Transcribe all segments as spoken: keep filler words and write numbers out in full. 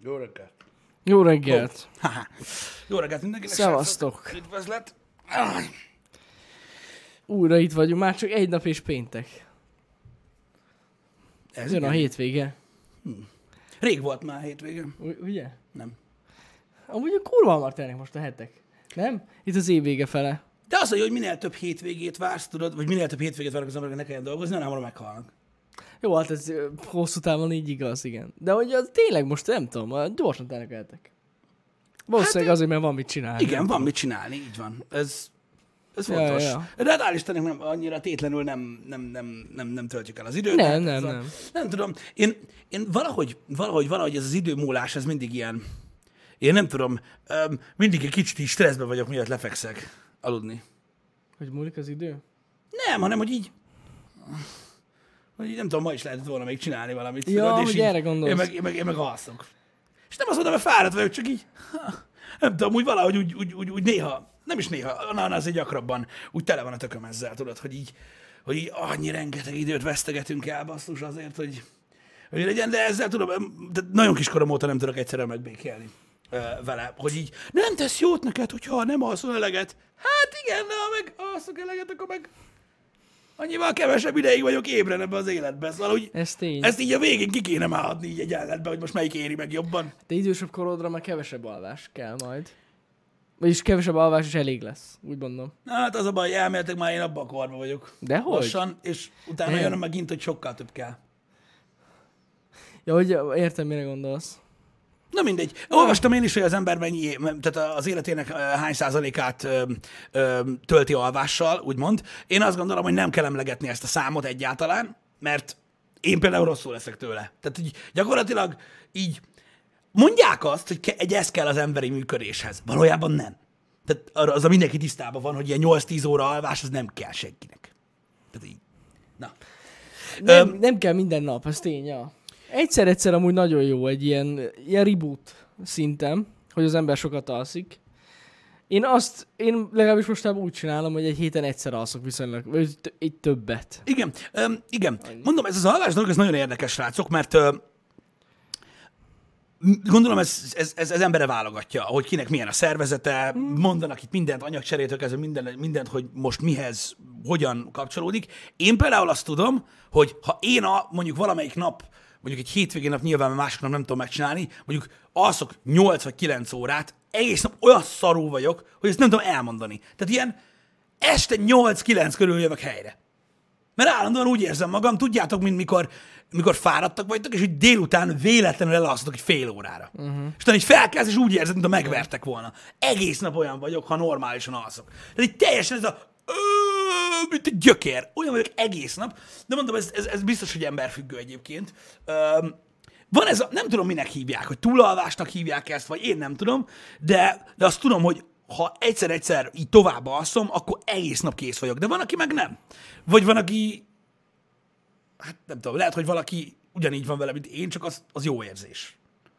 Jó reggelt. Jó reggelt. Oh. Jó reggelt mindenkinek. Szevasztok. Üdvözlet. Újra itt vagyunk, már csak egy nap és péntek. Ez Jön igen. a hétvége. Hmm. Rég volt már hétvége. U- ugye? Nem. Amúgy a kurva hamar telnek most a hetek. Nem? Itt az év vége fele. De az, hogy minél több hétvégét vársz, tudod, vagy minél több hétvégét várnak az emberek, ne kelljen dolgozni, hanem hamar meghalnak. Jó, hát ez ö, hosszú távon így igaz, igen. De hogy az tényleg most nem tudom, gyorsan telnek a hetek. Valószínűleg Hát, azért, mert van mit csinálni. Igen, van mit csinálni, így van. Ez, ez Ja, fontos. ja. De hát hál' Istennek nem, annyira tétlenül nem, nem, nem, nem, nem töltjük el az időt. Nem, hát nem, ez a- nem. Nem tudom, én, én valahogy, valahogy, valahogy ez az időmúlás, ez mindig ilyen, én nem tudom, öm, mindig egy kicsit is stresszben vagyok, miatt lefekszek aludni. Hogy múlik az idő? Nem, hanem, hogy így, hogy így nem tudom, ma is lehetett volna még csinálni valamit. Ja, tudod, és hogy így erre gondolsz. Én meg, én meg, én meg alszok. És nem azt mondom, hogy fáradt vagyok, csak így, nem tudom, úgy valahogy úgy, úgy, úgy, úgy néha, nem is néha, na, na, azért gyakrabban, úgy tele van a tököm ezzel, tudod, hogy így, hogy így annyi rengeteg időt vesztegetünk el, basszus, azért, hogy, hogy legyen, de ezzel tudom, de nagyon kiskorom óta nem tudok egyszerűen megbékélni ö, vele, hogy így nem tesz jót neked, hogyha nem alszol eleget. Hát igen, de ha meg alszok eleget, akkor meg annyival kevesebb ideig vagyok ébren ebben az életben. Szóval, hogy Ez tény. ezt így a végén ki kéne már adni így egy ellenbe, hogy most melyik éri meg jobban. De idősebb korodra már kevesebb alvás kell majd. Vagyis kevesebb alvás is elég lesz, úgy mondom. Na, hát az a baj, elméletek már én abban a korban vagyok. Dehogy? Lassan, és utána Nem. jön megint, hogy sokkal több kell. Ja, hogy értem, mire gondolsz. Na mindegy. Olvastam én is, hogy az ember mennyi, tehát az életének ö, hány százalékát ö, ö, tölti alvással, úgymond. Én azt gondolom, hogy nem kell emlegetni ezt a számot egyáltalán, mert én például rosszul leszek tőle. Tehát így gyakorlatilag így mondják azt, hogy ke- egy ez kell az emberi működéshez. Valójában nem. Tehát arra az a mindenki tisztában van, hogy ilyen nyolc-tíz óra alvás, az nem kell senkinek. Tehát így. Na. Nem, Öm, nem kell minden nap, ez tény, ja. Egyszer-egyszer amúgy nagyon jó egy ilyen, ilyen reboot szinten, hogy az ember sokat alszik. Én azt, én legalábbis mostában úgy csinálom, hogy egy héten egyszer alszok viszonylag, vagy t- egy többet. Igen, öm, igen. Mondom, ez az alvás dolog, ez nagyon érdekes, srácok, mert ö, gondolom ez, ez, ez, ez embere válogatja, hogy kinek milyen a szervezete, mondanak itt mindent, anyagcserétől kezdve minden, mindent, hogy most mihez, hogyan kapcsolódik. Én például azt tudom, hogy ha én a, mondjuk valamelyik nap, mondjuk egy hétvégén nap nyilván másik nap nem tudom megcsinálni, mondjuk alszok nyolc vagy kilenc órát, egész nap olyan szarú vagyok, hogy ezt nem tudom elmondani. Tehát ilyen este nyolc-kilenc körül jövök helyre. Mert állandóan úgy érzem magam, tudjátok, mint mikor, mikor fáradtak vagytok, és hogy délután véletlenül elalszatok egy fél órára. Uh-huh. És utána így felkelsz, és úgy érzed, mintha megvertek volna. Egész nap olyan vagyok, ha normálisan alszok. Tehát így teljesen ez a ö, mint egy gyökér. Olyan vagyok egész nap. De mondom, ez, ez, ez biztos, hogy emberfüggő egyébként. Öm, van ez a, nem tudom, minek hívják, hogy túlalvásnak hívják ezt, vagy én nem tudom, de, de azt tudom, hogy ha egyszer-egyszer így tovább alszom, akkor egész nap kész vagyok. De van, aki meg nem. Vagy van, aki, hát nem tudom, lehet, hogy valaki ugyanígy van vele, mint én, csak az, az jó érzés.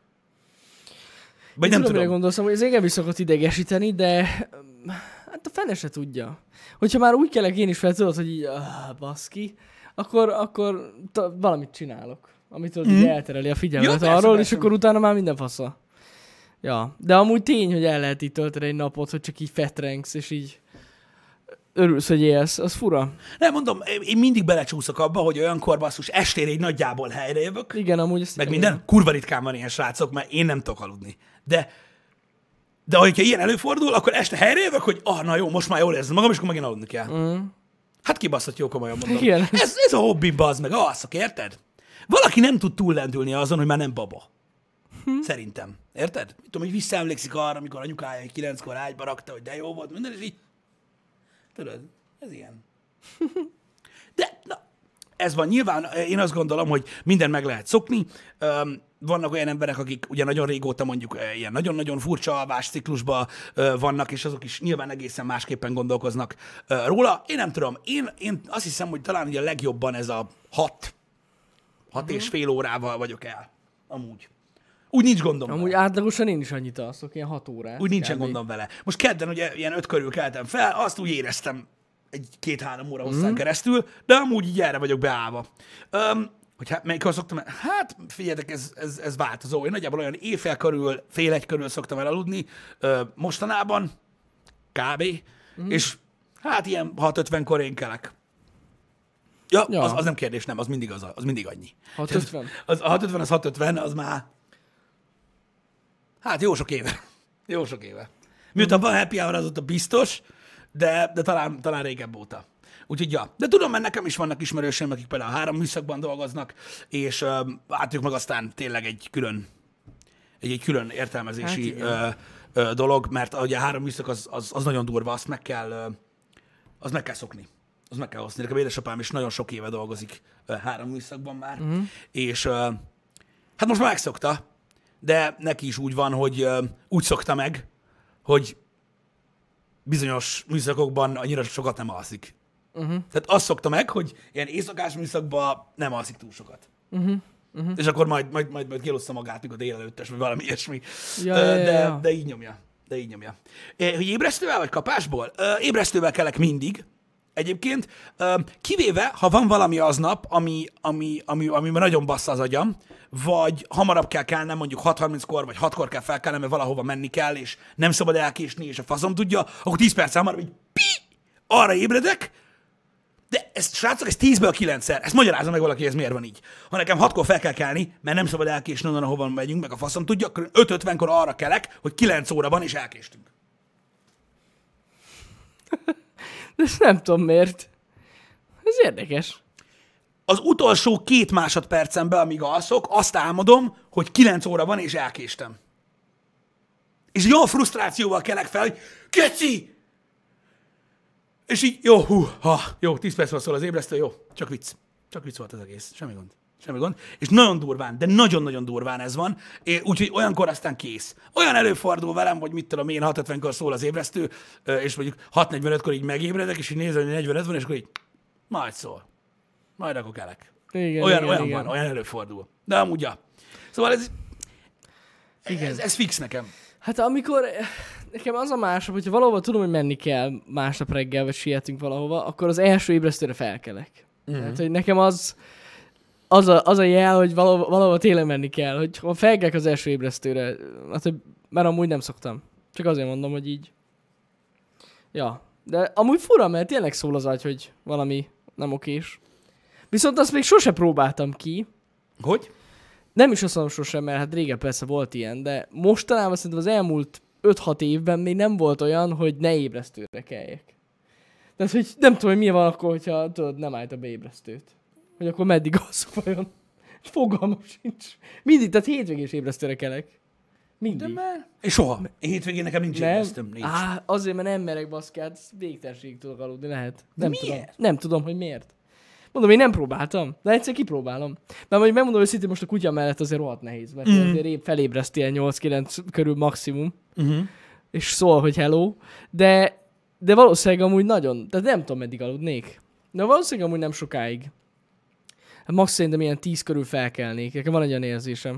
Vagy Én nem tudom, mire tudom. gondolszom, hogy ez engem is szokott idegesíteni, de öm, hát a fene se tudja. Hogyha már úgy kelek én is fel, tudod, hogy így, ah, baszki, akkor, akkor ta, valamit csinálok, amitől mm. így eltereli a figyelmet Ja, ja, persze, arról, persze. és akkor utána már minden fasza. Ja, de amúgy tény, hogy el lehet így tölteni egy napot, hogy csak így fetrengsz, és így örülsz, hogy élsz. Az fura. Nem, mondom, én mindig belecsúszok abba, hogy olyankor basszus estére így nagyjából helyre jövök, Igen, amúgy ezt... meg minden. Kurva ritkán van ilyen srácok, mert én nem tudok aludni. De, de hogyha ilyen előfordul, akkor este helyre jövök, hogy ah, na jó, most már jól érzem magam, és akkor megint aludni kell. Mm. Hát kibaszott jó, komolyan mondom. Igen. Ez, ez a hobbi, bazd meg, alszok, érted? Valaki nem tud túllendülni azon, hogy már nem baba. Hm. Szerintem. Érted? Mit tudom, hogy visszaemlékszik arra, amikor anyukája egy kilenckor ágyba rakta, hogy de jó volt, minden, és így... Tudod, ez ilyen. De, na, ez van. Nyilván én azt gondolom, hogy minden meg lehet szokni. Öm, vannak olyan emberek, akik ugye nagyon régóta mondjuk ilyen nagyon-nagyon furcsa alvásciklusban vannak, és azok is nyilván egészen másképpen gondolkoznak róla. Én nem tudom. Én, én azt hiszem, hogy talán ugye a legjobban ez a hat, hat uh-huh. és fél órával vagyok el. Amúgy. Úgy nincs gondom Amúgy vele. átlagosan én is annyit alszok, ilyen hat órát. Úgy nincsen kb. gondom vele. Most kedden ugye ilyen öt körül keltem fel, azt úgy éreztem egy két-három óra hosszán Mhm. keresztül, de amúgy így erre vagyok beállva. Öm, hogy hát melyikor szoktam el? Hát figyeljetek, ez, ez, ez változó. Én nagyjából olyan éjfél körül, fél egy körül szoktam el aludni ö, mostanában, kb. Mm. És hát ilyen hat ötvenkor én kelek. Ja, ja. Az, az nem kérdés, nem, az mindig, az, az mindig annyi. hat ötven? Az, a hat ötven az hat ötven, az már hát jó sok éve. Jó sok éve. Miután van happy hour, azóta biztos, de, de talán, talán régebb óta. Úgyhogy ja. De tudom, mert nekem is vannak ismerőseim, akik például három műszakban dolgoznak, és uh, átjuk meg aztán tényleg egy külön, egy, egy külön értelmezési hát ö, ö, dolog, mert ugye a három műszak az, az, az nagyon durva, azt meg kell, ö, az meg kell szokni. Az meg kell hozni. Nekem édesapám is nagyon sok éve dolgozik ö, három műszakban már, uh-huh. és ö, hát most már megszokta, de neki is úgy van, hogy ö, úgy szokta meg, hogy bizonyos műszakokban annyira sokat nem alszik. Uh-huh. Tehát azt szokta meg, hogy ilyen éjszakás műszakban nem alszik túl sokat. Uh-huh. Uh-huh. És akkor majd, majd, majd, majd kilossza magát, mikor délelőttes, vagy valami ilyesmi. Ja, de, ja, ja. de így nyomja. De így nyomja. Hogy ébresztővel vagy kapásból? Ébresztővel kelek mindig. Egyébként, kivéve, ha van valami aznap, ami, ami, ami, ami nagyon bassza az agyam, vagy hamarabb kell kelnem, mondjuk hat harminckor, vagy hatkor kell felkelnem, mert valahova menni kell, és nem szabad elkésni, és a faszom tudja, akkor tíz perc hamarabb, így pi, arra ébredek, de ezt, srácok, ez tízből kilencszer, ezt magyarázza meg valaki, ez miért van így. Ha nekem hatkor fel kell kelni, mert nem szabad elkésni onnan, ahova megyünk, meg a faszom tudja, akkor öt ötvenkor arra kelek, hogy kilenc óra van, és elkéstünk. De ezt nem tudom miért. Ez érdekes. Az utolsó két másodpercemben, amíg alszok, azt álmodom, hogy kilenc óra van, és elkéstem. És jó frusztrációval kelek fel, hogy keci! És így, jó, hú, ha, jó, tíz perc van szól az ébresztő, jó, csak vicc. Csak vicc volt az egész, semmi gond. Semmi gond. És nagyon durván, de nagyon-nagyon durván ez van, úgyhogy olyankor aztán kész. Olyan előfordul velem, hogy mit tudom én, hat ötvenkor szól az ébresztő, és mondjuk hat negyvenötkor így megébredek, és így nézem, hogy negyvenöt van, és akkor így majd szól. Majd akkor kelek. Igen, olyan igen, olyan igen. van, olyan előfordul. De amúgy, ja. Szóval ez, igen. ez, ez fix nekem. Hát amikor, nekem az a másabb, hogyha valahova tudom, hogy menni kell másnap reggel, vagy sietünk valahova, akkor az első ébresztőre felkelek. Mm-hmm. Tehát, hogy nekem az, az a, az a jel, hogy valahova, valahova tényleg menni kell, hogy ha felkelek az első ébresztőre, hát, hogy, mert amúgy nem szoktam. Csak azért mondom, hogy így. Ja, de amúgy fura, mert tényleg szól az agy, hogy valami nem okés. Viszont azt még sose próbáltam ki. Hogy? Nem is azt mondom sosem, mert hát régen persze volt ilyen, de mostanában szerintem az elmúlt öt-hat évben még nem volt olyan, hogy ne ébresztőre keljek. Tehát, hogy nem tudom, hogy mi van akkor, hogyha tudod, nem állt a beébresztőt. Hogy akkor meddig alszok vajon. Fogalmam sincs. Mindig, tehát hétvégés ébresztőre kelek. Mindig. De már... És soha. Én hétvégén nekem nincs nem. ébresztőm. Nincs. Á, azért, mert nem merek baszkát, végtelenség tudok aludni, lehet. Nem miért? tudom. Nem tudom, hogy miért. Mondom, én nem próbáltam, de egyszer kipróbálom. Mert mondjuk megmondom őszintén, most a kutya mellett azért rohadt nehéz, mert mm. azért épp felébreszti ilyen nyolc-kilenc körül maximum, uh-huh. és szól, hogy hello, de, de valószínűleg amúgy nagyon, tehát nem tudom, meddig aludnék. De valószínűleg amúgy nem sokáig. Hát max szerintem ilyen tíz körül felkelnék, nekem van egy olyan érzésem.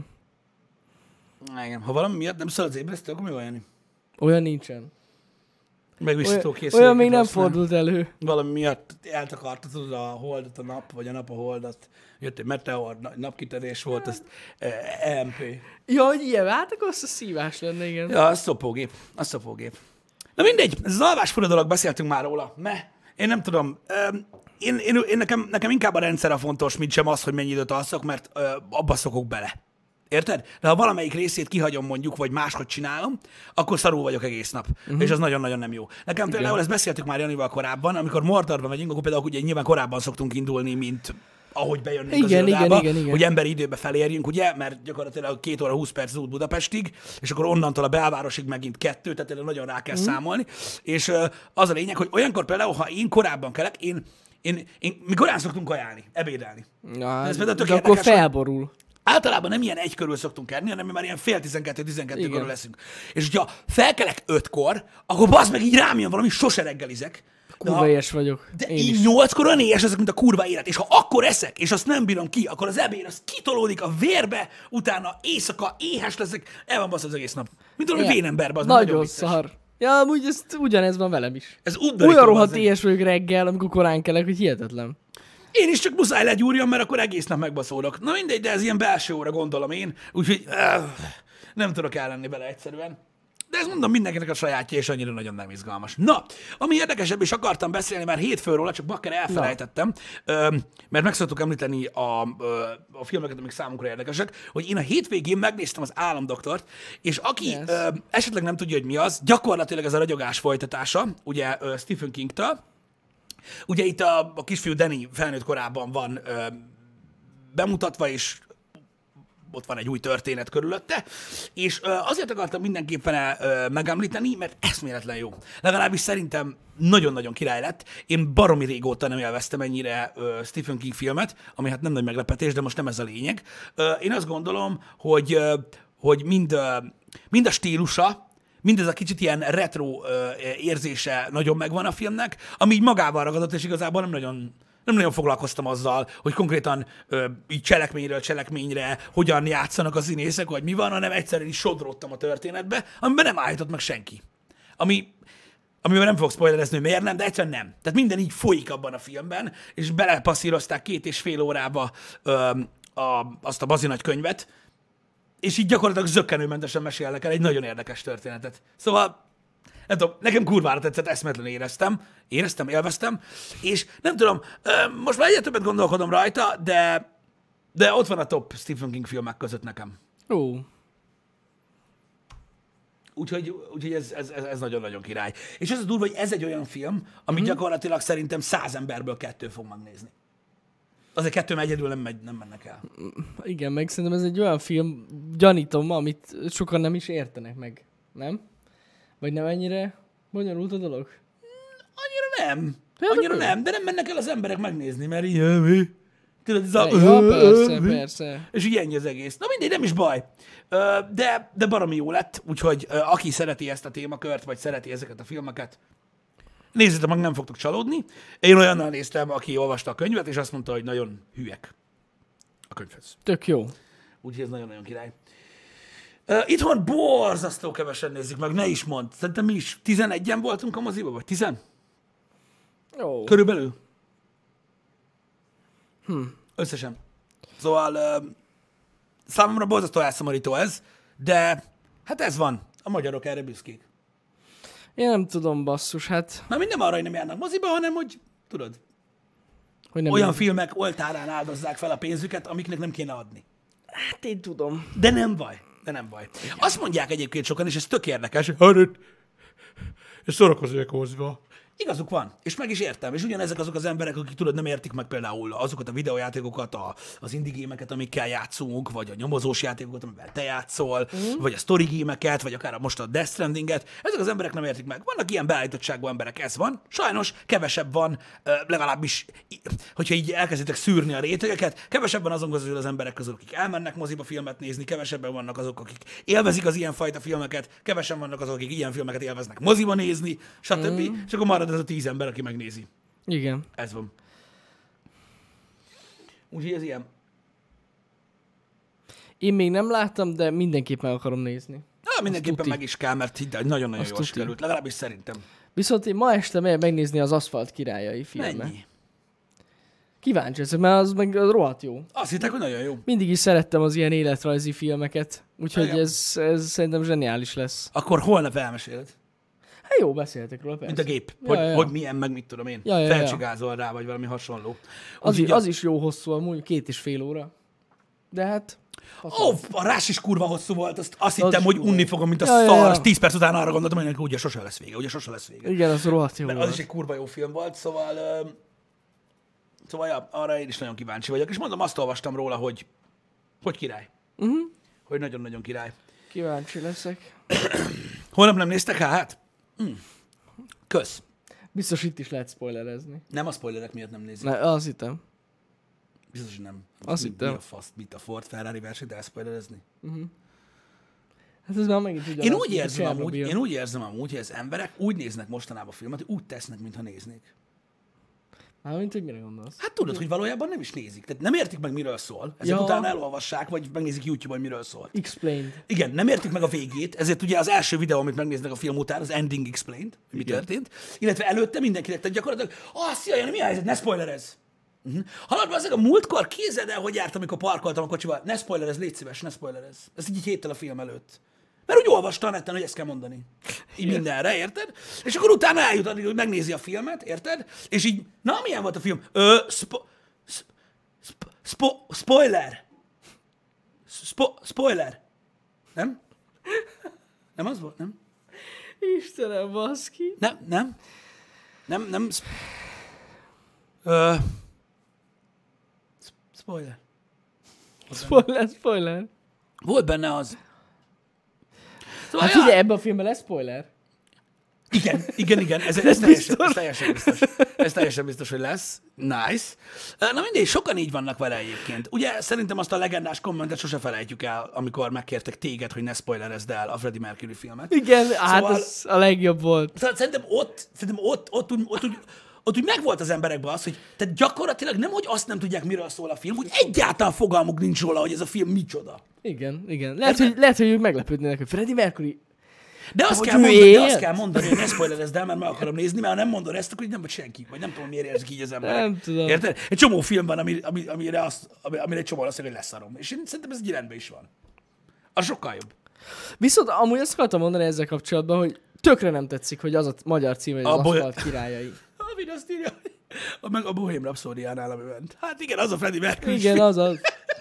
Igen. Ha valami miatt nem szól az ébresztő, akkor mi olyan? Olyan nincsen. Megvisszató Olyan, olyan még nem fordult elő. Valami miatt eltakartatod a holdat, a nap, vagy a nap a holdat. Jött egy meteor, napkitörés volt, azt e em pé. Ja, hogy ilyen, hát akkor az a szívás lenne, igen. Ja, az szopógép, az szopógép. Na mindegy, ez az alvásfura dolog, beszéltünk már róla. Me, én nem tudom, én, én, én nekem, nekem inkább a rendszer a fontos, mint sem az, hogy mennyi időt alszok, mert abba szokok bele. Érted? De ha valamelyik részét kihagyom mondjuk, vagy máshogy csinálom, akkor szarul vagyok egész nap. Uh-huh. És az nagyon-nagyon nem jó. Nekem például, igen. Ezt beszéltük már Janival korábban, amikor Mordorba megyünk, akkor például ugye nyilván korábban szoktunk indulni, mint ahogy bejönnénk igen, az irodába, igen, igen, igen. hogy emberi időbe felérjünk, ugye? Mert gyakorlatilag két óra húsz perc az út Budapestig, és akkor onnantól a belvárosig megint kettő, tehát nagyon rá kell uh-huh. számolni. És uh, az a lényeg, hogy olyankor például, ha én korábban kelek, én, én, én mi korán szoktunk ajánlni, ebédelni. Na, ez de érdekes, akkor felborul. Általában nem ilyen egy körül szoktunk enni, hanem mi már ilyen fél tizenkettő, tizenkettő körül leszünk. És hogyha felkelek ötkor, akkor bazd meg így rám jön valami, sose reggelizek. Kurva éhes vagyok. De én így nyolckor olyan éhes ezek, mint a kurva élet. És ha akkor eszek, és azt nem bírom ki, akkor az ebéd az kitolódik a vérbe, utána éjszaka éhes leszek, el van basz az egész nap. Mint valami vénember, bazd meg. Nagyon szar. Ja, amúgy ez, ugyanez van velem is. Ez undorító. Olyan rohadt éhes vagyok reggel, amikor korán kelek, hogy hihetetlen. Én is csak muszáj legyúrjam, mert akkor egész nap megbaszódok. Na mindegy, de ez ilyen belső óra, gondolom én, úgyhogy uh, nem tudok ellenni bele egyszerűen. De ezt mondom, mindenkinek a sajátja, és annyira nagyon nem izgalmas. Na, ami érdekesebb, és akartam beszélni már hétfőn róla, csak bakker elfelejtettem, ö, mert meg szoktuk említeni a, ö, a filmeket, amik számunkra érdekesek, hogy én a hétvégén megnéztem az Államdoktort, és aki Yes. ö, esetleg nem tudja, hogy mi az, gyakorlatilag ez a ragyogás folytatása, ugye ö, Stephen Kingtől. Ugye itt a, a kisfiú Danny felnőtt korában van ö, bemutatva, és ott van egy új történet körülötte, és ö, azért akartam mindenképpen ö, megemlíteni, mert eszméletlen jó. Legalábbis szerintem nagyon-nagyon király lett. Én baromi régóta nem élveztem ennyire ö, Stephen King filmet, ami hát nem nagy meglepetés, de most nem ez a lényeg. Ö, én azt gondolom, hogy, ö, hogy mind, ö, mind a stílusa, mindez a kicsit ilyen retro ö, érzése nagyon megvan a filmnek, ami így magával ragadott, és igazából nem nagyon nem nagyon foglalkoztam azzal, hogy konkrétan ö, így cselekményről cselekményre hogyan játszanak a színészek, vagy mi van, hanem egyszerűen is sodródtam a történetbe, amiben nem állított meg senki. Ami, amiben nem fogok spoilerezni, hogy miért nem, de egyszerűen nem. Tehát minden így folyik abban a filmben, és belepasszírozták két és fél órába ö, a, azt a bazinagy könyvet, és így gyakorlatilag zökkenőmentesen mesélnek el egy nagyon érdekes történetet. Szóval nem tudom, nekem kurvára tetszett, eszmetlen éreztem, éreztem, élveztem, és nem tudom, most már egyre többet gondolkodom rajta, de, de ott van a top Stephen King filmek között nekem. Ó, Úgyhogy, úgyhogy ez, ez, ez, ez nagyon-nagyon király. És az a durva, hogy ez egy olyan film, amit mm. gyakorlatilag szerintem száz emberből kettő fog megnézni. Azért kettő egyedül nem, megy, nem mennek el. igen, meg szerintem ez egy olyan film, gyanítom, amit sokan nem is értenek meg, nem? Vagy nem ennyire bonyolult a dolog? Annyira nem. Hát Annyira akkor- nem, de nem mennek el az emberek megnézni, mert ilyen mi? Tudod, ez a... Ja, persze, persze. És így ennyi az egész. Na mindegy, nem is baj. Ö, De, de baromi jó lett, úgyhogy ö, aki szereti ezt a témakört, vagy szereti ezeket a filmeket, nézzétek meg, nem fogtok csalódni. Én olyannal néztem, aki olvasta a könyvet, és azt mondta, hogy nagyon hülyek a könyvhöz. Tök jó. Úgyhogy ez nagyon-nagyon király. Uh, itthon borzasztó kevesen nézik meg, ne is mondd. Szerintem mi is tizenegyen voltunk a moziba, vagy tizen? Jó. Körülbelül? Hm. Összesen. Szóval uh, számomra borzasztó elszomorító ez, de hát ez van. A magyarok erre büszkék. Én nem tudom, basszus, hát... Na, mind nem arra, hogy nem járnak moziba, hanem hogy, tudod, Hogy nem olyan én... filmek oltárán áldozzák fel a pénzüket, amiknek nem kéne adni. Hát én tudom. De nem baj. De nem baj. Igen. Azt mondják egyébként sokan, és ez tök érdekes, hogy és szórakozóak hozva. Igazuk van, és meg is értem. És ugyanezek azok az emberek, akik tudod, nem értik meg például azokat a videójátékokat, a, az indie gémeket, amikkel játszunk, vagy a nyomozós játékokat, amivel te játszol, uh-huh. vagy a story gémeket, vagy akár most a Death Strandinget. Ezek az emberek nem értik meg. Vannak ilyen beállítottságú emberek, ez van. Sajnos kevesebb van, legalábbis, hogyha így elkezditek szűrni a rétegeket, kevesebb van azon közül az emberek közül, akik elmennek moziba filmet nézni, kevesebben vannak azok, akik élvezik az ilyenfajta filmeket, kevesen vannak azok, akik ilyen filmeket élveznek moziba nézni, stb. Uh-huh. És akkor marad ez a tíz ember, aki megnézi. Igen. Ez van. Úgyhogy ez ilyen. Én még nem láttam, de mindenképp meg akarom nézni. Na, mindenképpen tuti. meg is kell, mert hidd el, nagyon-nagyon Azt jól tuti. sikerült. Legalábbis szerintem. Viszont én ma este megyek megnézni az Aszfalt királyai filmet. Mennyi? Kíváncsi ezek, mert az meg az rohadt jó. Azt hittek, hogy nagyon jó. Mindig is szerettem az ilyen életrajzi filmeket, úgyhogy Igen. ez, ez szerintem zseniális lesz. Akkor holnap elmeséled. Hát jó, beszéltek róla, persze. Mint a gép. Ja, Hogy, ja, ja. hogy milyen, meg mit tudom én. Ja, ja, ja. Felcsigázol rá, vagy valami hasonló. Az, Úgyhogy is, az is jó hosszú, amúgy két és fél óra. De hát... Ó, a rás is kurva hosszú volt, azt, azt Az hittem, is hogy jó unni volt. fogom, mint a Ja, ja, szar. ja. Azt tíz perc után arra gondoltam, hogy ugye sose lesz vége, ugye sose lesz vége. Igen, az rohadt jó Mert volt. az is egy kurva jó film volt, szóval, ö, szóval ja, arra én is nagyon kíváncsi vagyok. És mondom, azt olvastam róla, hogy, hogy király. Uh-huh. Hogy nagyon-nagyon király. Kíváncsi leszek. Holnap nem néztek hát? Hm. Kösz. Biztos itt is lehet spoilerezni. Nem a spoilerek miatt nem nézik. Ne, azt hittem. Biztos, hogy nem. Azt mi, hittem. mi a fasz, mit a Ford Ferrari versenyt elszpoilerezni? Hát ez már megint ugyanaz. Én úgy mint a érzem amúgy, Chernobyl. én úgy érzem amúgy, hogy az emberek úgy néznek mostanában a filmet, hogy úgy tesznek, mintha néznék. Mármint, hogy mire gondolsz? Hát tudod, hogy valójában nem is nézik. Tehát nem értik meg, miről szól. Ezek Ja. utána elolvassák, vagy megnézik YouTube-on, hogy miről szól. Explained. Igen, nem értik meg a végét, ezért ugye az első videó, amit megnéznek a film után, az Ending Explained, hogy mi történt. Illetve előtte mindenkinek, tehát gyakorlatilag, ah, szia, Jani, mi a helyzet, ne spoilerezz! Uh-huh. Hallod, azért a múltkor képzeld el, hogy jártam, amikor parkoltam a kocsival. Ne spoilerezz, légy szíves, ne spoilerezz. Ez így egy héttel a film előtt. Mert úgy olvasta a neten, hogy ezt kell mondani. Így mindenre, érted? És akkor utána eljut addig, hogy megnézi a filmet, érted? És így, na, milyen volt a film? Ö, spo, spo, spo, spoiler. Spo, spoiler. Nem? Nem az volt, nem? Istenem, baszki. Nem, nem. Nem, nem. Sp- Ö, spoiler. Spoiler, spoiler. Volt benne az. Szóval, Hát ja, figyelj, ebben a filmben lesz spoiler. igen, igen, igen, ez, ez, teljesen, ez teljesen biztos. Ez teljesen biztos, hogy lesz. Nice. Na mindegy, sokan így vannak vele egyébként. Ugye szerintem azt a legendás kommentet sose felejtjük el, amikor megkértek téged, hogy ne spoilerezd el a Freddie Mercury filmet. Igen, szóval, hát Szóval- az a legjobb volt. Szóval szerintem ott, szerintem ott, ott, ott, ott, úgy, ott úgy megvolt az emberekben az, hogy tehát gyakorlatilag nem, hogy azt nem tudják, miről szól a film, hogy egyáltalán fogalmuk nincs róla, hogy ez a film micsoda. Igen, igen. Lehet, hogy, lehet, hogy ők meglepődnének, hogy Freddie Mercury. De azt, Hogy kell ő mondani, de azt élt? kell mondani, hogy ne spoilerezd el, mert meg akarom nézni, mert ha nem mondod ezt, akkor így nem vagy senki. Vagy nem tudom, miért érzik így az emberek. Nem tudom. Érted? Egy csomó film van, ami, ami, amire, azt, amire egy csomó azt mondja, hogy leszarom. És én szerintem ez egy rendben is van. Az sokkal jobb. Viszont amúgy azt akartam mondani ezzel kapcsolatban, hogy tökre nem tetszik, hogy az a magyar címe, hogy az A boly- Aszfalt királyai. Ami azt írja, hogy meg a Bohém Rhapsódiánál, ami ment. Hát igen, az a Freddie Mercury. Igen, az az.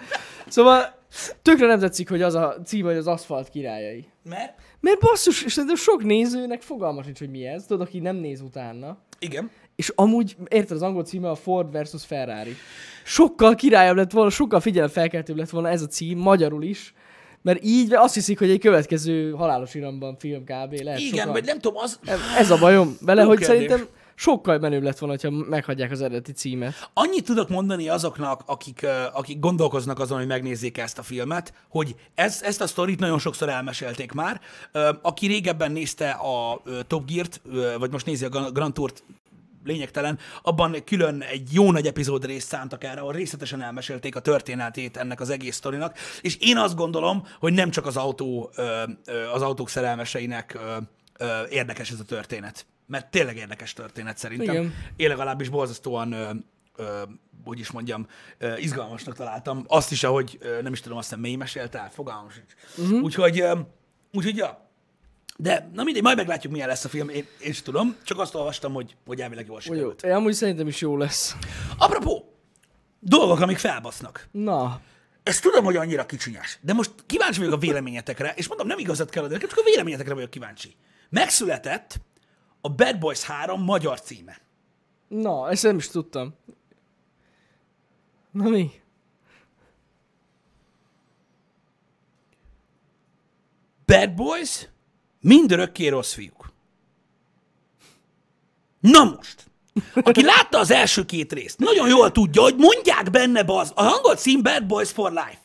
Szóval tökre nem tetszik, hogy az a címe, hogy az Aszfalt királyai. Mert? Mert basszus, és szerintem sok nézőnek fogalma sincs, hogy mi ez. Tudod, aki nem néz utána. Igen. És amúgy, érted, az angol címe a Ford versus Ferrari. Sokkal királyabb lett volna, sokkal figyelemfelkeltőbb lett volna ez a cím, magyarul is. Mert így azt hiszik, hogy egy következő halálos iramban film kb. Lehet Igen, sokan... vagy nem tudom, az... Ez a bajom vele, Jó hogy kérdés. szerintem sokkal menőbb lett volna, ha meghagyják az eredeti címet. Annyit tudok mondani azoknak, akik, ö, akik gondolkoznak azon, hogy megnézzék ezt a filmet, hogy ez, ezt a sztorit nagyon sokszor elmesélték már. Ö, Aki régebben nézte a ö, Top Gear-t, ö, vagy most nézi a Gra- Grand Tourt, lényegtelen, abban külön egy jó nagy epizód részt szántak erre, ahol részletesen elmesélték a történetét ennek az egész sztorinak, és én azt gondolom, hogy nem csak az autó, ö, ö, az autók szerelmeseinek ö, ö, érdekes ez a történet. Mert tényleg érdekes történet szerintem. Igen. Én legalábbis borzasztóan, ö, ö, hogy is mondjam, ö, izgalmasnak találtam. Azt is, ahogy ö, nem is tudom, azt hiszem mély mesélte el, fogalmam sincs. Uh-huh. Úgyhogy, ö, úgyhogy ja. De, na mindegy, majd meglátjuk, milyen lesz a film, én, én is tudom. Csak azt olvastam, hogy, hogy elvileg jól Jó, sikerült. én amúgy szerintem is jó lesz. Apropó, dolgok, amik felbasznak. Na, Ezt tudom, hogy annyira kicsinyes, de most kíváncsi vagyok a véleményetekre, és mondom, nem igazat kell adni, nekem csak a véleményetekre vagyok kíváncsi. Megszületett a Bad Boys három magyar címe. na, ezt nem is tudtam. Na mi? Bad Boys, mindörökké rossz fiúk. Na most, aki látta az első két részt, nagyon jól tudja, hogy mondják benne baz, a angol cím Bad Boys for Life.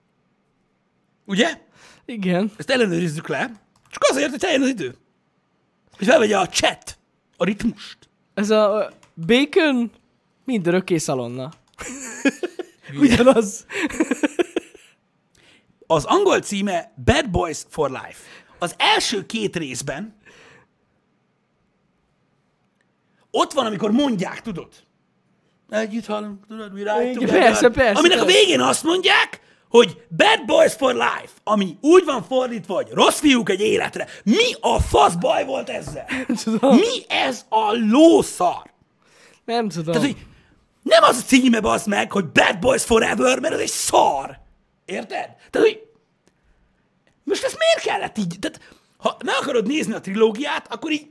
Ugye? Igen. Ezt ellenőrizzük le, csak azért, hogy eljön az idő. Hogy felvegye a chat, a ritmust. Ez a Bacon mindörökké szalonna. Ugyanaz. Az angol címe Bad Boys for Life. Az első két részben ott van, amikor mondják, tudod? Együtt halunk, tudod, mi Igen, rájtunk. persze, persze, Aminek persze. a végén azt mondják, hogy Bad Boys for Life, ami úgy van fordítva, hogy rossz fiúk egy életre. Mi a fasz baj volt ezzel? tudom. Mi ez a lószar? Nem tudom. Tehát, hogy nem az a címe, bazd meg, hogy Bad Boys Forever, mert az egy szar. Érted? Tehát, hogy most ezt miért kellett így? Tehát, ha meg akarod nézni a trilógiát, akkor így...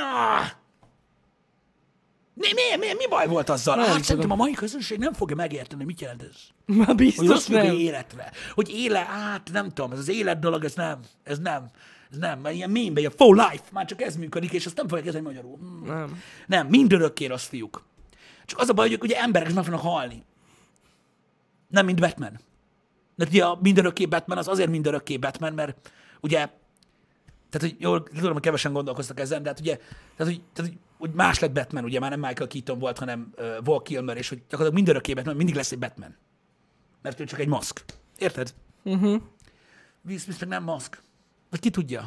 Mi, mi, mi, mi baj volt azzal? Nem Hát tudom. szerintem a mai közönség nem fogja megérteni, mit jelent ez. Már Hogy biztos rossz fiúk nem. egy életre. Hogy éle, hát nem tudom, ez az élet dolog, ez nem, ez nem, ez nem, mert ilyen mémbe, ilyen for life, már csak ez működik, és azt nem fogják kezdeni magyarul. Hmm. Nem. Nem, mindörökké rossz fiúk. Csak az a baj, hogy ők ugye emberek, és meg fognak halni. Nem, mint Batman. De ugye a mindörökké Batman az azért mindörökké Batman, mert ugye, tehát, hogy jól tudom, hogy kevesen gondolkoztak ezen, de hát ugye, tehát, hogy, tehát, hogy, hogy más lett Batman, ugye már nem Michael Keaton volt, hanem uh, Val Kilmer, és hogy gyakorlatilag mindörökké Batman, mindig lesz egy Batman. Mert ő csak egy maszk. Érted? Uh-huh. Will Smith meg nem maszk. Vagy ki tudja?